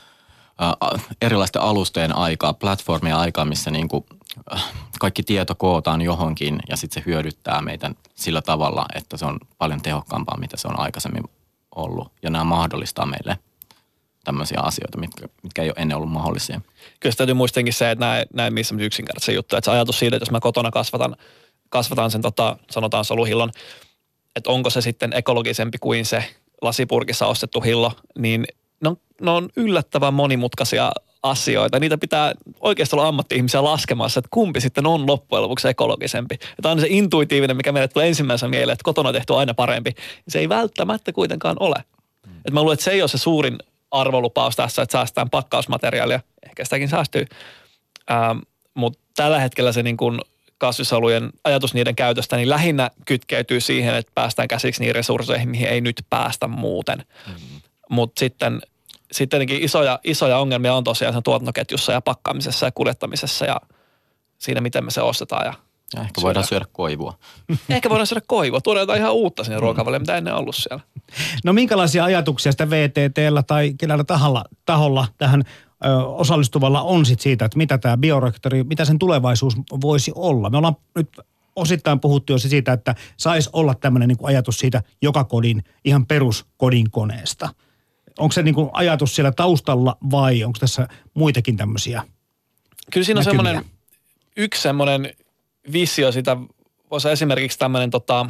äh, erilaisten alustojen aikaa, platformien aikaa, missä niin kuin kaikki tieto kootaan johonkin ja sitten se hyödyttää meitä sillä tavalla, että se on paljon tehokkaampaa, mitä se on aikaisemmin ollut. Ja nämä mahdollistaa meille tämmöisiä asioita, mitkä, mitkä ei ole ennen ollut mahdollisia. Kyllä se täytyy muistakin se, että näin, näin missä on yksinkertaisia juttuja. Että se ajatus siitä, että jos mä kotona kasvatan, kasvatan sen tota, sanotaan soluhillon, että onko se sitten ekologisempi kuin se lasipurkissa ostettu hillo, niin ne on, ne on yllättävän monimutkaisia asioita. Niitä pitää oikeasti olla ammatti-ihmisiä laskemassa, että kumpi sitten on loppujen lopuksi ekologisempi. Että aina se intuitiivinen, mikä meille tulee ensimmäisenä mieleen, että kotona tehty on aina parempi. Se ei välttämättä kuitenkaan ole. Mm. Et mä luulen, että se ei ole se suurin arvolupaus tässä, että säästetään pakkausmateriaalia. Ehkä sitäkin säästyy. Ähm, mutta tällä hetkellä se niin kun kasvisolujen ajatus niiden käytöstä niin lähinnä kytkeytyy siihen, että päästään käsiksi niihin resursseihin, mihin ei nyt päästä muuten. Mm. Mutta sitten, sitten isoja, isoja ongelmia on tosiaan sen tuotantoketjussa ja pakkaamisessa ja kuljettamisessa ja siinä, miten me se ostetaan. Ja, ja ehkä voidaan syödä koivua. Ehkä voidaan syödä koivua. Tuodaan jotain ihan uutta sinne ruokavalioon, mitä ennen ollut siellä. No minkälaisia ajatuksia sitä V T T:llä tai kenellä taholla, taholla tähän ö, osallistuvalla on sit siitä, että mitä tämä bioreaktori, mitä sen tulevaisuus voisi olla? Me ollaan nyt osittain puhuttu jo siitä, että saisi olla tämmöinen niin kuin ajatus siitä joka kodin, ihan peruskodin koneesta. Onko se niin kuin ajatus siellä taustalla vai onko tässä muitakin tämmöisiä Kyllä siinä on näkymiä? semmoinen, yksi semmoinen visio sitä, voisi esimerkiksi tämmöinen tota,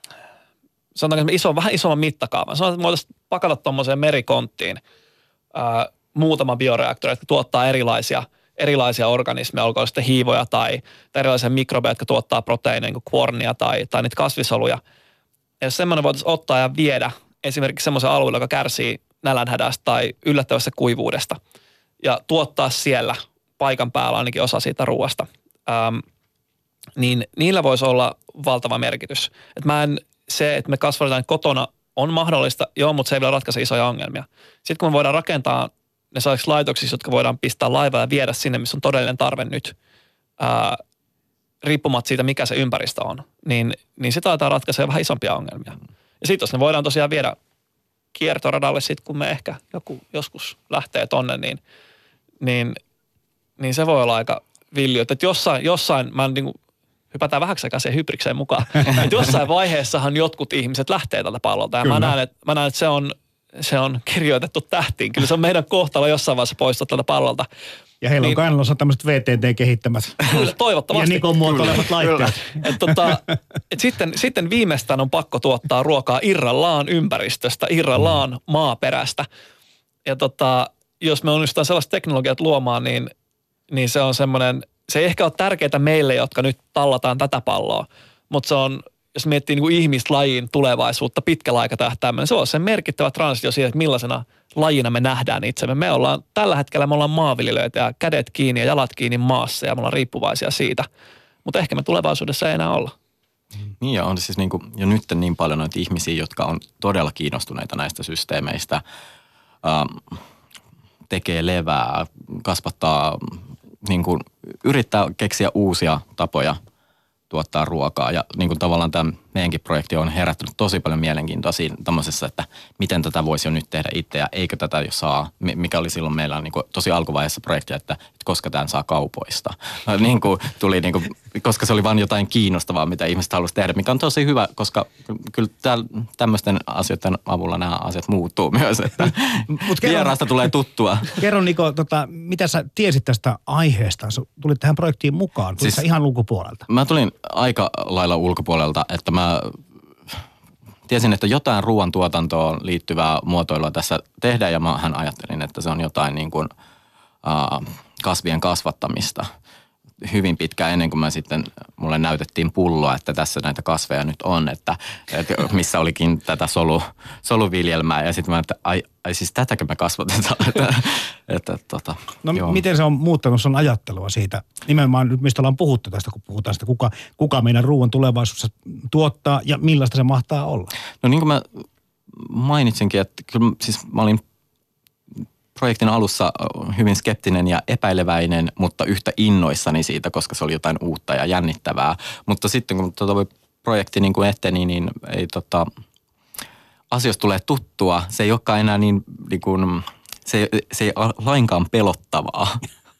sanotaanko iso, vähän isomman mittakaavan. Sanotaan, että me voitaisiin pakata tuommoiseen merikonttiin ää, muutama bioreaktori, jotka tuottaa erilaisia, erilaisia organismeja, olkoon sitten hiivoja tai, tai erilaisia mikrobeja, jotka tuottaa proteiineja, niin kuin kuornia tai, tai niitä kasvisoluja. Ja jos semmoinen voitaisiin ottaa ja viedä esimerkiksi semmoisen alueelle, joka kärsii nälänhädästä tai yllättävästä kuivuudesta ja tuottaa siellä paikan päällä ainakin osa siitä ruoasta, ähm, niin niillä voisi olla valtava merkitys. Et mä en, se, että me kasvatetaan kotona on mahdollista, joo, mutta se ei vielä ratkaise isoja ongelmia. Sitten kun me voidaan rakentaa ne sellaisiksi laitoksiksi, jotka voidaan pistää laivaa ja viedä sinne, missä on todellinen tarve nyt, ää, riippumatta siitä, mikä se ympäristö on, niin, niin se taitaa ratkaisee vähän isompia ongelmia. Ja sitten jos ne voidaan tosiaan viedä kiertoradalle sitten, kun me ehkä joku joskus lähtee tonne, niin, niin, niin se voi olla aika villi. Että jossain, jossain mä niin kuin, hypätään vähäksi aikaa siihen hybrikseen mukaan, että jossain vaiheessahan jotkut ihmiset lähtee tältä pallolta. Ja mä näen, että, mä näen, että se on, se on kirjoitettu tähtiin. Kyllä se on meidän kohtalo jossain vaiheessa poistua tältä pallolta. Ja heillä niin, on kainalossa tämmöiset V T T-kehittämät. Kyllä, toivottavasti. Ja Nikon muotoilevat laitteet. Et tota, et sitten, sitten viimeistään on pakko tuottaa ruokaa irrallaan ympäristöstä, irrallaan mm. maaperästä. Ja tota, jos me onnistutaan sellaista teknologiat luomaan, niin, niin se on semmoinen, se ei ehkä ole tärkeää meille, jotka nyt tallataan tätä palloa, mutta se on, jos miettii niin kuin ihmislajin tulevaisuutta pitkällä aikatahtäimellä, se on se merkittävä transitio siitä, että millaisena lajina me nähdään itsemme. Me ollaan, tällä hetkellä me ollaan maanviljelijöitä ja kädet kiinni ja jalat kiinni maassa ja me ollaan riippuvaisia siitä. Mutta ehkä me tulevaisuudessa ei enää olla. Niin ja on siis niin kuin jo nyt niin paljon noita ihmisiä, jotka on todella kiinnostuneita näistä systeemeistä, ähm, tekee levää, kasvattaa, niin kuin yrittää keksiä uusia tapoja tuottaa ruokaa. Ja niin kuin tavallaan tämä meidänkin projekti on herättänyt tosi paljon mielenkiintoa siinä tämmöisessä, että miten tätä voisi jo nyt tehdä itse ja eikö tätä jo saa, mikä oli silloin meillä niin kuin tosi alkuvaiheessa projektia, että, että koska tämän saa kaupoista. Niin kuin tuli, niin kuin, koska se oli vain jotain kiinnostavaa, mitä ihmiset halusivat tehdä, mikä on tosi hyvä, koska kyllä tämmöisten asioiden avulla nämä asiat muuttuu myös, että vieraasta tulee tuttua. Kerro Niko, tota, mitä sä tiesit tästä aiheesta? Sä tulit tähän projektiin mukaan, tulit siis, ihan ulkopuolelta? Mä tulin aika lailla ulkopuolelta, että mä tiesin, että jotain ruoantuotantoon liittyvää muotoilua tässä tehdään ja mähän ajattelin, että se on jotain niin kuin äh, kasvien kasvattamista hyvin pitkään ennen kuin mä sitten, mulle näytettiin pulloa, että tässä näitä kasveja nyt on, että, että missä olikin tätä solu, soluviljelmää ja sitten mä, että ai, ai siis tätäkö me kasvatetaan, että, että tota, no joo. Miten se on muuttanut sun ajattelua siitä, nimenomaan nyt mistä ollaan puhuttu tästä, kun puhutaan sitä, kuka, kuka meidän ruoan tulevaisuudessa tuottaa ja millaista se mahtaa olla? No niin kuin mä mainitsinkin, että kyllä siis mä olin projektin alussa hyvin skeptinen ja epäileväinen, mutta yhtä innoissani siitä, koska se oli jotain uutta ja jännittävää. Mutta sitten kun tuota projekti niin kuin eteni, niin ei tota, asioista tulee tuttua. Se ei olekaan enää niin, niin kuin, se, se ei ole lainkaan pelottavaa.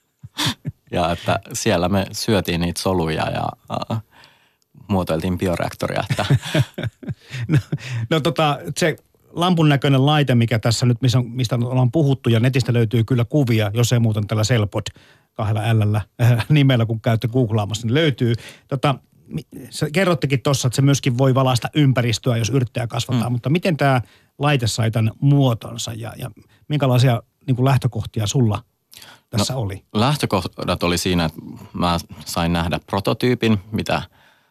Ja että siellä me syötiin niitä soluja ja äh, muotoiltiin bioreaktoria. Että. no, no tota, se lampun näköinen laite, mikä tässä nyt, mistä ollaan puhuttu, ja netistä löytyy kyllä kuvia, jos ei muuten tällä Selpod kahdella L:llä äh, nimellä, kun käytte googlaamassa, niin löytyy. Tota, sä kerrottekin tuossa, että se myöskin voi valaista ympäristöä, jos yrittää kasvattaa, mm. mutta miten tämä laite sai tämän muotonsa ja, ja minkälaisia niin kuin lähtökohtia sulla tässä no, oli? Lähtökohdat oli siinä, että mä sain nähdä prototyypin, mitä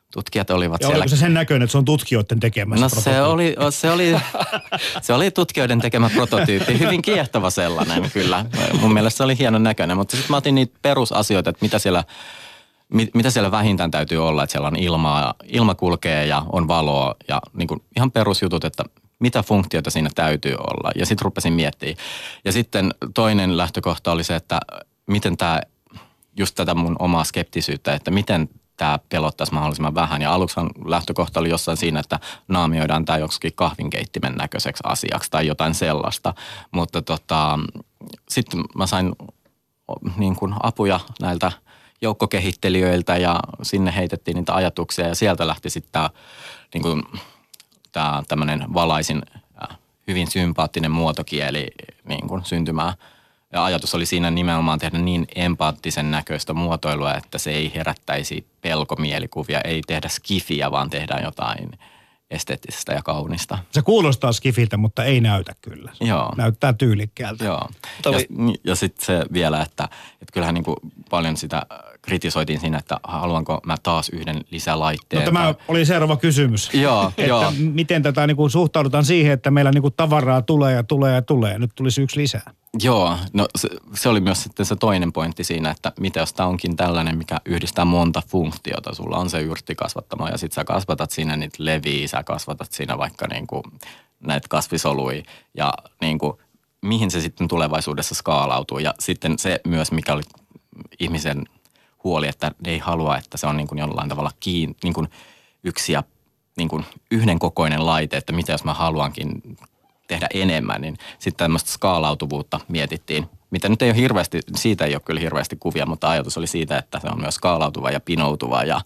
tutkijat olivat ja siellä. oliko se sen näköinen, että se on tutkijoiden tekemässä No se oli, se, oli, se oli tutkijoiden tekemä prototyyppi, hyvin kiehtova sellainen kyllä. Mun mielestä se oli hienon näköinen, mutta sitten mä otin niitä perusasioita, että mitä siellä, mit, mitä siellä vähintään täytyy olla, että siellä on ilmaa, ilma kulkee ja on valoa ja niin kuin ihan perusjutut, että mitä funktioita siinä täytyy olla. Ja sitten rupesin miettimään. Ja sitten toinen lähtökohta oli se, että miten tämä, just tätä mun omaa skeptisyyttä, että miten tämä pelottaisi mahdollisimman vähän. Ja aluksi lähtökohta oli jossain siinä, että naamioidaan tämä joksikin kahvinkeittimen näköiseksi asiaksi tai jotain sellaista. Mutta tota, sitten mä sain niin kuin apuja näiltä joukkokehittelijöiltä ja sinne heitettiin niitä ajatuksia ja sieltä lähti sitten tämä niin kuin tämä tämmöinen valaisin hyvin sympaattinen muotokieli niin kuin syntymään. Ja ajatus oli siinä nimenomaan tehdä niin empaattisen näköistä muotoilua, että se ei herättäisi pelkomielikuvia, ei tehdä skifiä, vaan tehdään jotain esteettistä ja kaunista. Se kuulostaa skifiltä, mutta ei näytä kyllä. Joo. Näyttää tyylikkäältä. Joo. Ja, ja sitten se vielä, että, että kyllähän niin kuin paljon sitä kritisoitiin siinä, että haluanko mä taas yhden lisälaitteen. No tämä oli seuraava kysymys. Joo, että joo. miten tätä niin kuin suhtaudutaan siihen, että meillä niin kuin tavaraa tulee ja tulee ja tulee. Nyt tulisi yksi lisää. Joo, no se, se oli myös sitten se toinen pointti siinä, että mitä jos tämä onkin tällainen, mikä yhdistää monta funktiota. Sulla on se yrttikasvattamo ja sitten sä kasvatat siinä niitä leviä, sä kasvatat siinä vaikka niin kuin näitä kasvisoluja ja niin kuin, mihin se sitten tulevaisuudessa skaalautuu. Ja sitten se myös, mikä oli ihmisen huoli, että ne ei halua, että se on niin kuin jollain tavalla kiinni, niin kuin yksi ja niin kuin yhden kokoinen laite, että mitä jos mä haluankin tehdä enemmän, niin sitten tämmöistä skaalautuvuutta mietittiin. Mitä nyt ei ole hirveästi, siitä ei ole kyllä hirveästi kuvia, mutta ajatus oli siitä, että se on myös skaalautuva ja pinoutuva ja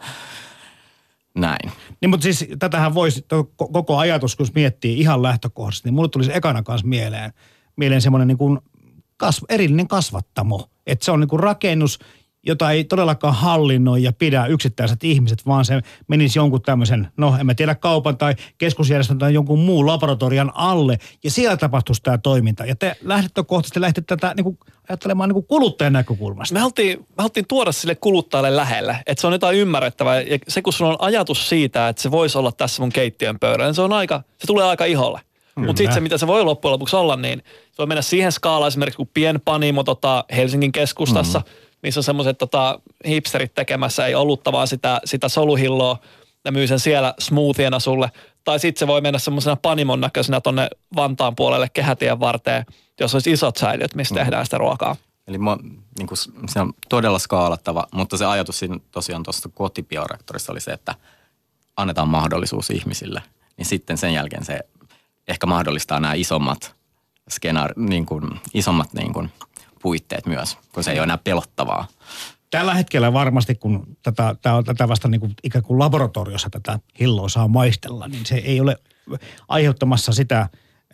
näin. Niin, mutta siis tätähän voisi, koko ajatus, kun miettii ihan lähtökohdasta, niin mulle tulisi ekana kanssa mieleen, mieleen semmoinen niin kuin kasv, erillinen kasvattamo. Että se on niin kuin rakennus, jota ei todellakaan hallinnoi ja pidä yksittäiset ihmiset, vaan se menisi jonkun tämmöisen, no en mä tiedä, kaupan tai keskusjärjestön tai jonkun muun laboratorian alle, ja siellä tapahtuisi tämä toiminta. Ja te lähtökohtaisesti lähditte tätä niin kuin, ajattelemaan niin kuin kuluttajan näkökulmasta. Me haluttiin, me haluttiin tuoda sille kuluttajalle lähelle, että se on jotain ymmärrettävää, ja se kun sulla on ajatus siitä, että se voisi olla tässä mun keittiön pöydällä, niin se on aika, se tulee aika iholle. Mutta sitten se, mitä se voi loppujen lopuksi olla, niin se voi mennä siihen skaalaan esimerkiksi kuin pienpanimo tota Helsingin keskustassa, mm-hmm. missä on semmoiset tota, hipsterit tekemässä, ei olutta, vaan sitä, sitä soluhilloa, ja myy sen siellä smoothiena sulle. Tai sitten se voi mennä semmoisena panimon näköisenä tonne Vantaan puolelle Kehätien varteen, jos olisi isot säiliöt, missä mm. tehdään sitä ruokaa. Eli mä, niin kuin, se on todella skaalattava, mutta se ajatus siinä tosiaan tuossa kotibioreaktorissa oli se, että annetaan mahdollisuus ihmisille. Niin sitten sen jälkeen se ehkä mahdollistaa nämä isommat skenaari, niin kuin, isommat niin kuin, puitteet myös, kun se ei ole enää pelottavaa. Tällä hetkellä varmasti, kun tätä, tätä vasta niin kuin ikään kuin laboratoriossa tätä hilloa saa maistella, niin se ei ole aiheuttamassa sitä,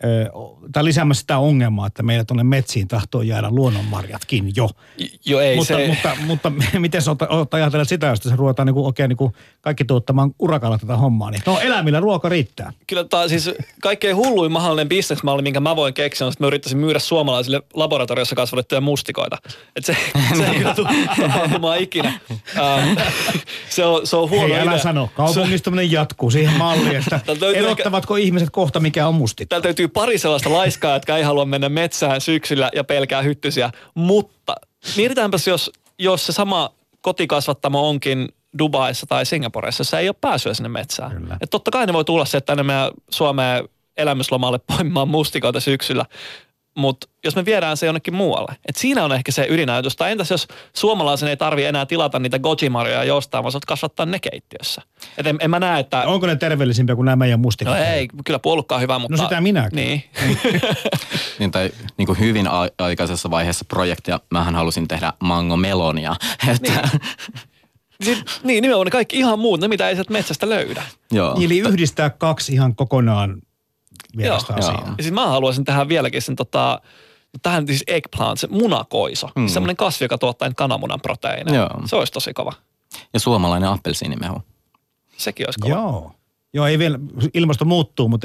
tai lisäämässä sitä ongelmaa, että meillä tuonne metsiin tahtoo jäädä luonnonmarjatkin jo. Jo ei mutta, se... Mutta, mutta miten sä oot ajatellut sitä, jos se ruvetaan niin kuin, oikein niin kuin kaikki tuottamaan urakalla tätä hommaa, niin no eläimillä ruoka riittää. Kyllä tämä siis kaikkein hulluin mahdollinen bisnesmalli, minkä mä voin keksiä, on, että mä yrittäisin myydä suomalaisille laboratoriossa kasvatettuja mustikoita. Että se, se ei kyllä tule tapahtumaan ikinä. Ähm, se, on, se on huono Hei, älä idea. sano. Kaupungistuminen jatkuu siihen malliin, että erottavatko ehkä... ihmiset kohta, mikä on mustikka. Täällä täytyy pari sellaista laiskaa, jotka ei halua mennä metsään syksyllä ja pelkää hyttysiä, mutta mietitäänpäs, jos, jos se sama kotikasvattamo onkin Dubaissa tai Singaporessa, se ei ole pääsyä sinne metsään. Että totta kai ne voi tulla se tänne meidän Suomeen elämyslomalle poimimaan mustikoita syksyllä, mutta jos me viedään se jonnekin muualle. Et siinä on ehkä se ydinajatus. Tai entäs jos suomalaisen ei tarvitse enää tilata niitä gojimarjoja jostain, vaan sä oot kasvattaa ne keittiössä. Et en, en mä näe, että... Onko ne terveellisimpiä kuin nämä meidän mustikot? No ei, kyllä puolukka on hyvä, mutta... No sitä minäkin. Niin. niin, tai niin kuin hyvin aikaisessa vaiheessa projektia mähän halusin tehdä mangomelonia. Että... Niin. Niin, nimenomaan ne kaikki ihan muut, ne mitä ei sieltä metsästä löydä. Joo. Eli yhdistää kaksi ihan kokonaan vierasta asiaa. Ja siis mä haluaisin tähän vieläkin sen tota, tähän siis eggplant, se munakoiso. Mm. Semmoinen kasvi, joka tuottaa kananmunan proteiineja. Joo. Se olisi tosi kova. Ja suomalainen appelsiinimehu. Sekin olisi kova. Joo. Joo, ei vielä, ilmasto muuttuu, mutta ei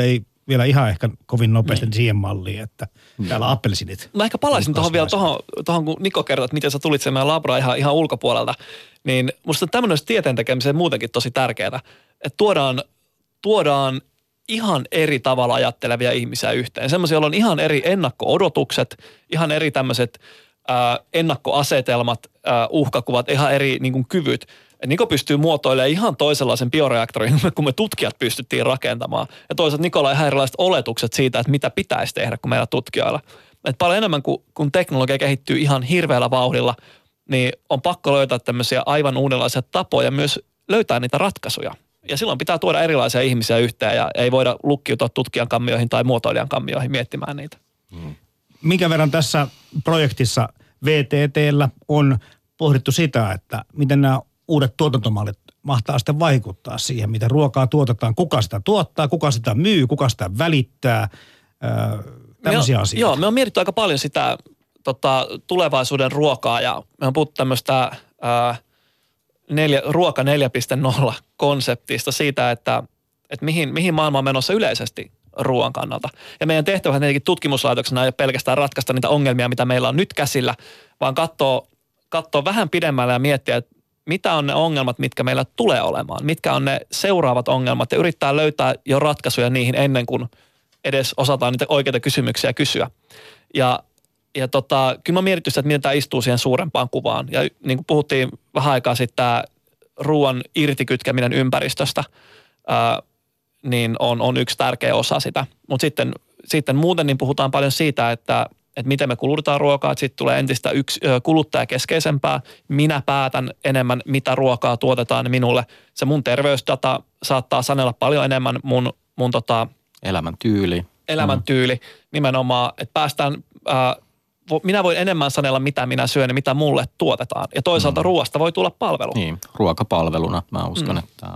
vielä ihan ehkä kovin nopeasti niin. siihen malliin, että mm. täällä appelsinit. Mä ehkä palaisin tuohon vielä tuohon, tuohon, kun Niko kertoi, että miten sä tulit sen meidän labraa ihan, ihan ulkopuolelta. Niin musta tämmöinen olisi tieteen tekemiseen muutenkin tosi tärkeää, että tuodaan, tuodaan ihan eri tavalla ajattelevia ihmisiä yhteen. Semmoisia, joilla on ihan eri ennakko-odotukset, ihan eri tämmöiset äh, ennakkoasetelmat, äh, uhkakuvat, ihan eri niin kuin, kyvyt. Et Niko pystyy muotoilemaan ihan toisenlaisen bioreaktorin, kun me tutkijat pystyttiin rakentamaan. Ja toisaalta Nikolla on ihan erilaiset oletukset siitä, että mitä pitäisi tehdä kuin meillä tutkijoilla. Et paljon enemmän kuin kun teknologia kehittyy ihan hirveällä vauhdilla, niin on pakko löytää tämmöisiä aivan uudenlaisia tapoja myös löytää niitä ratkaisuja. Ja silloin pitää tuoda erilaisia ihmisiä yhteen ja ei voida lukkiutua tutkijan kammioihin tai muotoilijan kammioihin miettimään niitä. Hmm. Minkä verran tässä projektissa V T T:llä on pohdittu sitä, että miten nämä uudet tuotantomallit mahtaa sitten vaikuttaa siihen, miten ruokaa tuotetaan, kuka sitä tuottaa, kuka sitä myy, kuka sitä välittää, öö, tämmöisiä on, asioita. Joo, me on mietitty aika paljon sitä tota, tulevaisuuden ruokaa ja me on puhuttu tämmöistä ää, neljä, ruoka neljä piste nolla konseptista siitä, että, että mihin, mihin maailma on menossa yleisesti ruoan kannalta. Ja meidän tehtävä tietenkin tutkimuslaitoksena ei ole pelkästään ratkaista niitä ongelmia, mitä meillä on nyt käsillä, vaan katsoa, katsoa vähän pidemmälle ja miettiä, että mitä on ne ongelmat, mitkä meillä tulee olemaan, mitkä on ne seuraavat ongelmat ja yrittää löytää jo ratkaisuja niihin ennen kuin edes osataan niitä oikeita kysymyksiä kysyä. Ja, ja tota, kyllä mä mietitty sitä, että miten tämä istuu siihen suurempaan kuvaan. Ja niin kuin puhuttiin vähän aikaa sitten, tämä ruoan irtikytkeminen ympäristöstä, ää, niin on, on yksi tärkeä osa sitä. Mutta sitten, sitten muuten niin puhutaan paljon siitä, että että miten me kulutetaan ruokaa, että sitten tulee entistä yksi kuluttajakeskeisempää. Minä päätän enemmän, mitä ruokaa tuotetaan minulle. Se mun terveysdata saattaa sanella paljon enemmän mun, mun tota, elämäntyyli. Elämäntyyli mm. nimenomaan, että päästään, ää, minä voin enemmän sanella, mitä minä syön ja mitä mulle tuotetaan. Ja toisaalta mm. ruoasta voi tulla palvelu. Niin, ruokapalveluna mä uskon, mm. että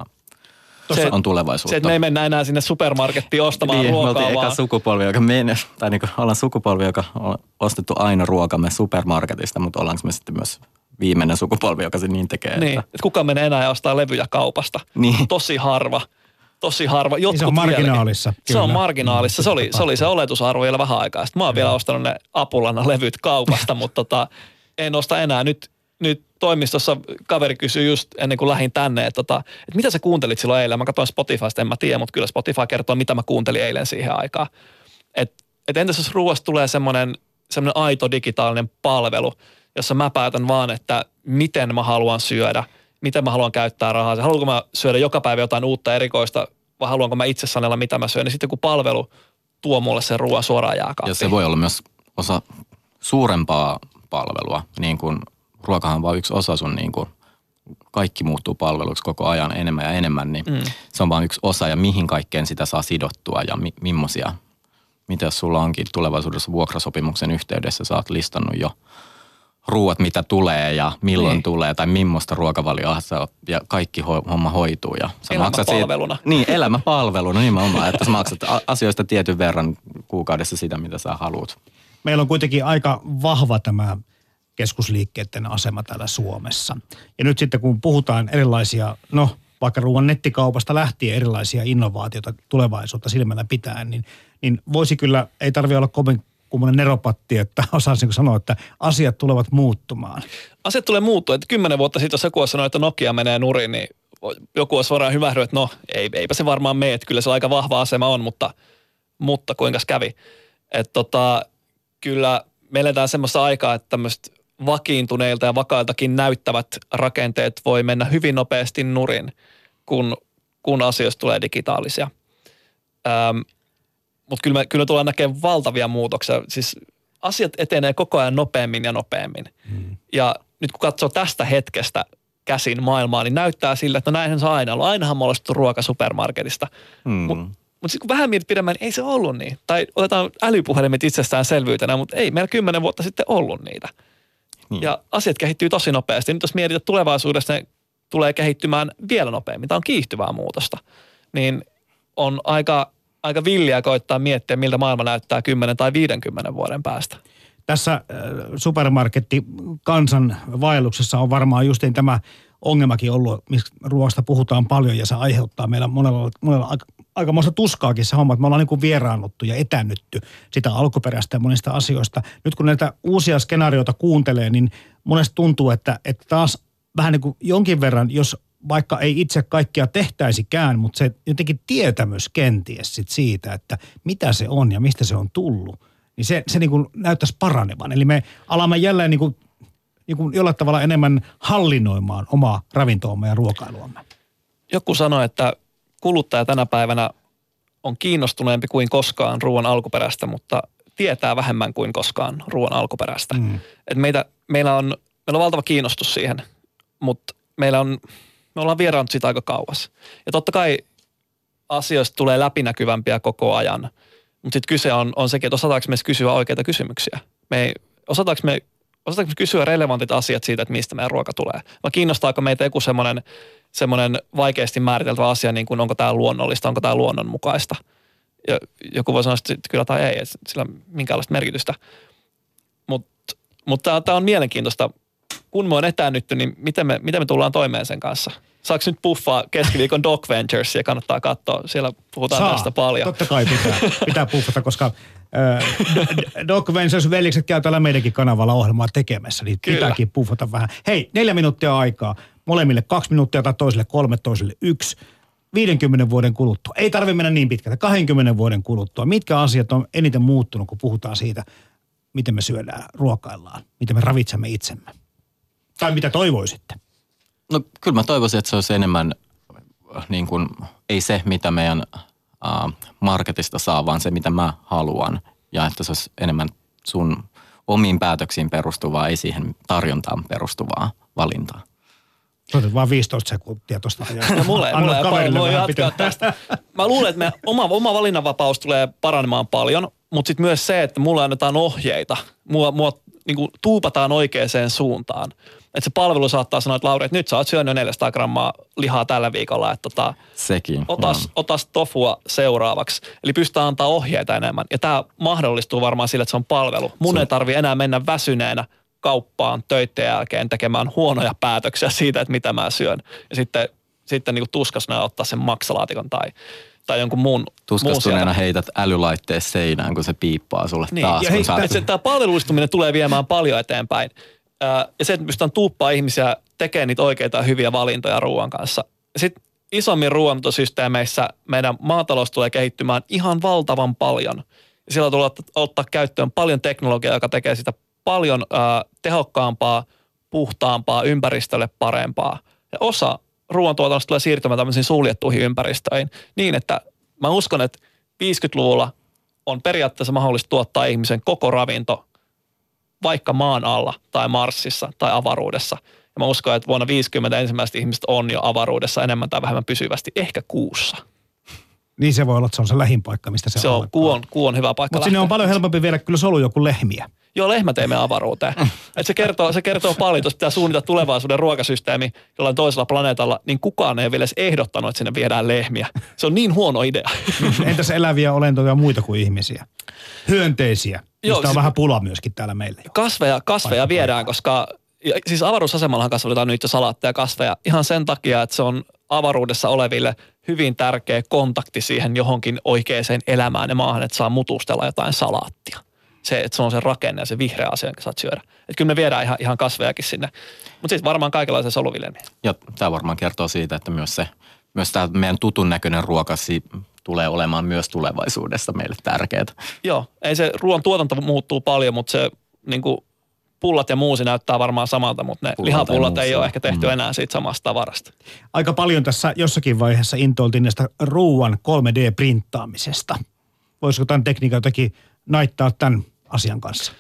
se on tulevaisuutta. Se, että me ei mennä enää sinne supermarkettiin ostamaan niin, ruokaa, me oltiin vaan eka sukupolvi, joka meni, tai niin kuin ollaan sukupolvi, joka on ostettu aina ruokamme supermarketista, mutta ollaanko me sitten myös viimeinen sukupolvi, joka se niin tekee. Niin, että, että kuka menee enää ja ostaa levyjä kaupasta. Niin. Tosi harva. Tosi harva. Jotkut se on marginaalissa. Se on marginaalissa. Se oli, se oli se oletusarvo vielä vähän aikaa. Sitten mä oon vielä ostanut ne Apulana-levyt kaupasta, mutta tota, en osta enää. Nyt, nyt toimistossa kaveri kysyi just ennen kuin lähdin tänne, että, tota, että mitä sä kuuntelit silloin eilen? Mä katsoin Spotifysta, en mä tiedä, mutta kyllä Spotify kertoo, mitä mä kuuntelin eilen siihen aikaan. Että et entäs jos ruoasta tulee semmoinen, semmoinen aito digitaalinen palvelu, jossa mä päätän vaan, että miten mä haluan syödä, miten mä haluan käyttää rahaa. Haluanko mä syödä joka päivä jotain uutta erikoista vai haluanko mä itse sanella, mitä mä syön. Niin sitten kun palvelu tuo mulle sen ruoan suoraan jääkaappiin. Ja se voi olla myös osa suurempaa palvelua. Niin kuin ruokahan on vain yksi osa sun, niin kuin kaikki muuttuu palveluksi koko ajan enemmän ja enemmän. Niin mm. se on vain yksi osa ja mihin kaikkeen sitä saa sidottua ja mi- millaisia. Mitä jos sulla onkin tulevaisuudessa vuokrasopimuksen yhteydessä, sä oot listannut jo ruuat, mitä tulee ja milloin niin. tulee tai millaista ruokavalioa ja kaikki ho- homma hoituu. Ja elämäpalveluna. Siitä, niin, elämäpalveluna nimenomaan, että sä maksat asioista tietyn verran kuukaudessa sitä, mitä sä haluat. Meillä on kuitenkin aika vahva tämä keskusliikkeiden asema täällä Suomessa. Ja nyt sitten kun puhutaan erilaisia, no vaikka ruoan nettikaupasta lähtien erilaisia innovaatioita tulevaisuutta silmällä pitäen, niin, niin voisi kyllä, ei tarvitse olla kovin kummoinen neropatti, että osaisinko sanoa, että asiat tulevat muuttumaan. Asiat tulee muuttua, että kymmenen vuotta sitten, jos joku olisi sanonut, että Nokia menee nurin, niin joku olisi varmaan hyvähdyt, että no ei, eipä se varmaan mene, että kyllä se aika vahva asema on, mutta, mutta kuinkas kävi. Että tota, kyllä me eletään semmoista aikaa, että tämmöistä vakiintuneilta ja vakailtakin näyttävät rakenteet voi mennä hyvin nopeasti nurin, kun, kun asioista tulee digitaalisia. Öm, Mutta kyllä me, kyllä me tullaan näkemään valtavia muutoksia. Siis asiat etenee koko ajan nopeammin ja nopeammin. Hmm. Ja nyt kun katsoo tästä hetkestä käsin maailmaa, niin näyttää sille, että no näinhän se aina ollut. Ainahan me ollaan ostettu ruoka supermarketista. Hmm. Mutta mut sitten kun vähän mietit pidemmän, niin ei se ollut niin. Tai otetaan älypuhelimet itsestäänselvyytenä, mutta ei meillä kymmenen vuotta sitten ollut niitä. Hmm. Ja asiat kehittyy tosi nopeasti. Nyt jos mietit, että tulevaisuudessa ne tulee kehittymään vielä nopeammin. Tämä on kiihtyvää muutosta. Niin on aika... Aika villiä koittaa miettiä, miltä maailma näyttää kymmenen tai viidenkymmenen vuoden päästä. Tässä supermarketti kansan vaelluksessa on varmaan justiin tämä ongelmakin ollut, missä ruoasta puhutaan paljon ja se aiheuttaa meillä monella, monella aika, aikamoista tuskaakin se homma, että me ollaan niin kuin vieraannuttu ja etännytty sitä alkuperäistä ja monista asioista. Nyt kun näitä uusia skenaarioita kuuntelee, niin monesti tuntuu, että, että taas vähän niin kuin jonkin verran, jos vaikka ei itse kaikkea tehtäisikään, mutta se jotenkin tietämys kenties sit siitä, että mitä se on ja mistä se on tullut, niin se, se niin kuin näyttäisi paranevan. Eli me alamme jälleen niin kuin, niin kuin jollain tavalla enemmän hallinnoimaan omaa ravintoamme ja ruokailuamme. Joku sanoi, että kuluttaja tänä päivänä on kiinnostuneempi kuin koskaan ruoan alkuperäistä, mutta tietää vähemmän kuin koskaan ruoan alkuperäistä. Mm. Et meitä, meillä, on, meillä on valtava kiinnostus siihen, mutta meillä on, me ollaan vieraannut sitä aika kauas. Ja totta kai asioista tulee läpinäkyvämpiä koko ajan, mutta sitten kyse on, on sekin, että osataanko me kysyä oikeita kysymyksiä. Me ei, osataanko me, osataanko me kysyä relevantit asiat siitä, että mistä meidän ruoka tulee. Vai kiinnostaako meitä joku semmoinen semmoinen vaikeasti määriteltävä asia, niin kuin onko tämä luonnollista, onko tämä luonnonmukaista. Ja joku voi sanoa, että kyllä tai ei, että sillä on minkäänlaista merkitystä. Mutta mut tämä on mielenkiintoista. Kun me on etäännytty, niin miten me, miten me tullaan toimeen sen kanssa? Saako nyt puffaa keskiviikon Doc Ventures ja kannattaa katsoa? Siellä puhutaan Saa, tästä paljon. Totta kai pitää, pitää puffata, koska äh, Doc Ventures veljekset käy täällä meidänkin kanavalla ohjelmaa tekemässä, niin Kyllä. pitääkin puffata vähän. Hei, neljä minuuttia aikaa. Molemmille kaksi minuuttia tai toiselle kolme, toiselle yksi. viidenkymmenen vuoden kuluttua. Ei tarvitse mennä niin pitkälle. kaksikymmentä vuoden kuluttua. Mitkä asiat on eniten muuttunut, kun puhutaan siitä, miten me syödään, ruokaillaan, miten me ravitsemme itsemme? Tai mitä toivoisitte? No kyllä mä toivoisin, että se olisi enemmän niin kuin, ei se, mitä meidän äh, marketista saa, vaan se, mitä mä haluan. Ja että se olisi enemmän sun omiin päätöksiin perustuvaa, ei siihen tarjontaan perustuvaa valintaa. Olet vaan viisitoista sekuntia tuosta ajasta. No mulle, mulle ei paljon voi jatkaa tästä. Mä luulen, että me oma, oma valinnanvapaus tulee paranemaan paljon, mutta sitten myös se, että mulle annetaan ohjeita. Mua, mua niin kuin tuupataan oikeaan suuntaan. Että se palvelu saattaa sanoa, että Lauri, että nyt sä oot syönyt neljäsataa grammaa lihaa tällä viikolla. Että tota, Sekin. Otas, otas tofua seuraavaksi. Eli pystytään antaa ohjeita enemmän. Ja tämä mahdollistuu varmaan sillä, että se on palvelu. Mun se ei tarvi enää mennä väsyneenä kauppaan töiden jälkeen tekemään huonoja päätöksiä siitä, että mitä mä syön. Ja sitten, sitten niin kuin tuskasena ottaa sen maksalaatikon tai, tai jonkun muun. Tuskastuneena heität älylaitteen seinään, kun se piippaa sulle niin. taas. Ja hei, sä... Tämä palveluistuminen tulee viemään paljon eteenpäin. Ja se, että pystytään tuuppaa ihmisiä tekemään niitä oikeita ja hyviä valintoja ruoan kanssa. Sitten isommin ruoantosysteemeissä meidän maatalous tulee kehittymään ihan valtavan paljon. Ja sillä tulee ottaa käyttöön paljon teknologiaa, joka tekee sitä paljon äh, tehokkaampaa, puhtaampaa, ympäristölle parempaa. Ja osa ruoantuotannosta tulee siirtymään tämmöisiin suljettuihin ympäristöihin niin, että mä uskon, että viisikymmentäluvulla on periaatteessa mahdollista tuottaa ihmisen koko ravinto vaikka maan alla tai Marsissa tai avaruudessa. Ja mä uskon, että vuonna viisikymmentä ensimmäiset ihmiset on jo avaruudessa enemmän tai vähemmän pysyvästi, ehkä kuussa. Niin se voi olla, että se on se lähin paikka, mistä se, se on. Kuu on, kuu on hyvä paikka. Mutta sinne on paljon helpompi viedä kyllä soluja kuin lehmiä. Joo, lehmät ei mene avaruuteen. Et se, kertoo, se kertoo paljon, jos pitää suunnita tulevaisuuden ruokasysteemi jollain toisella planeetalla, niin kukaan ei ole vielä edes ehdottanut, että sinne viedään lehmiä. Se on niin huono idea. Entäs eläviä olentoja muita kuin ihmisiä? Hyönteisiä, mistä on vähän pula myöskin täällä meillä. Kasveja, kasveja viedään, koska siis avaruusasemallahan kasvatetaan nyt jo salaatteja ja kasveja ihan sen takia, että se on avaruudessa oleville hyvin tärkeä kontakti siihen johonkin oikeaan elämään ja maahan, että saa mutustella jotain salaattia. Se, että se on se rakenne ja se vihreä asia, jonka saat syödä. Että kyllä me viedään ihan, ihan kasvejakin sinne. Mutta sitten varmaan kaikenlaisia soluviljelmiä. Ja tämä varmaan kertoo siitä, että myös se, myös tämä meidän tutun näköinen ruokasi tulee olemaan myös tulevaisuudessa meille tärkeää. Joo, ei se ruoan tuotanto muuttuu paljon, mutta se niin kuin pullat ja muusi näyttää varmaan samalta, mutta ne pullat lihapullat ei ole ehkä tehty mm. enää siitä samasta tavarasta. Aika paljon tässä jossakin vaiheessa intoiltiin näistä ruoan kolme D-printtaamisesta. Voisiko tämän tekniikan jotenkin naittaa tämän asian kanssa?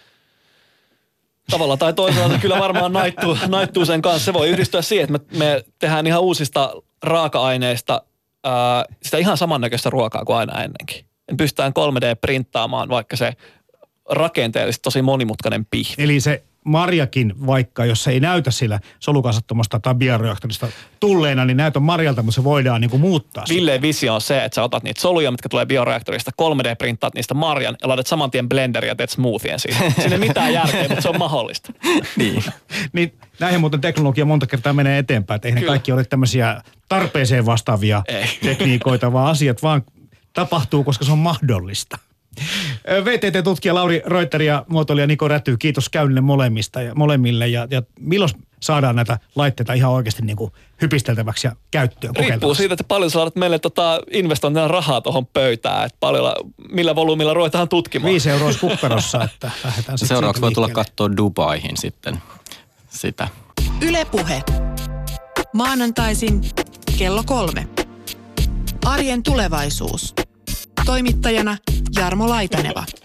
Tavalla tai toisaalta kyllä varmaan naittuu, naittuu sen kanssa. Se voi yhdistyä siihen, että me, me tehdään ihan uusista raaka-aineista ää, sitä ihan samannäköistä ruokaa kuin aina ennenkin. Me pystytään kolme D-printtaamaan vaikka se rakenteellisesti tosi monimutkainen pihvi. Eli se marjakin, vaikka jos se ei näytä sillä solukasattomasta tai bioreaktorista tulleena, niin näytön marjalta, mutta se voidaan niin kuin muuttaa. Villeen visio on se, että sä otat niitä soluja, mitkä tulee bioreaktorista, kolme D-printtaat niistä marjan ja laitat saman tien blenderiin ja teet smoothien siitä. Siinä ei mitään järkeä, mutta se on mahdollista. Niin. Niin näihin muuten teknologia monta kertaa menee eteenpäin, että eihän ne kaikki ole tämmöisiä tarpeeseen vastaavia ei. tekniikoita, vaan asiat vaan tapahtuu, koska se on mahdollista. V T T-tutkija Lauri Reuter ja muotoilija Niko Räty, kiitos käynnille molemmista ja molemmille. Ja, ja milloin saadaan näitä laitteita ihan oikeasti niin kuin hypisteltäväksi ja käyttöön? Riippuu siitä, että paljon saat meille tota investointia rahaa tuohon pöytään, että paljon, millä volyymilla ruvetaan tutkimaan. Viisi euroa kukkarossa, että lähdetään sitten seuraavaksi voi tulla katsoa Dubaihin sitten sitä. Yle Puhe. Maanantaisin kello kolme. Arjen tulevaisuus. Toimittajana Jarmo Laitaneva.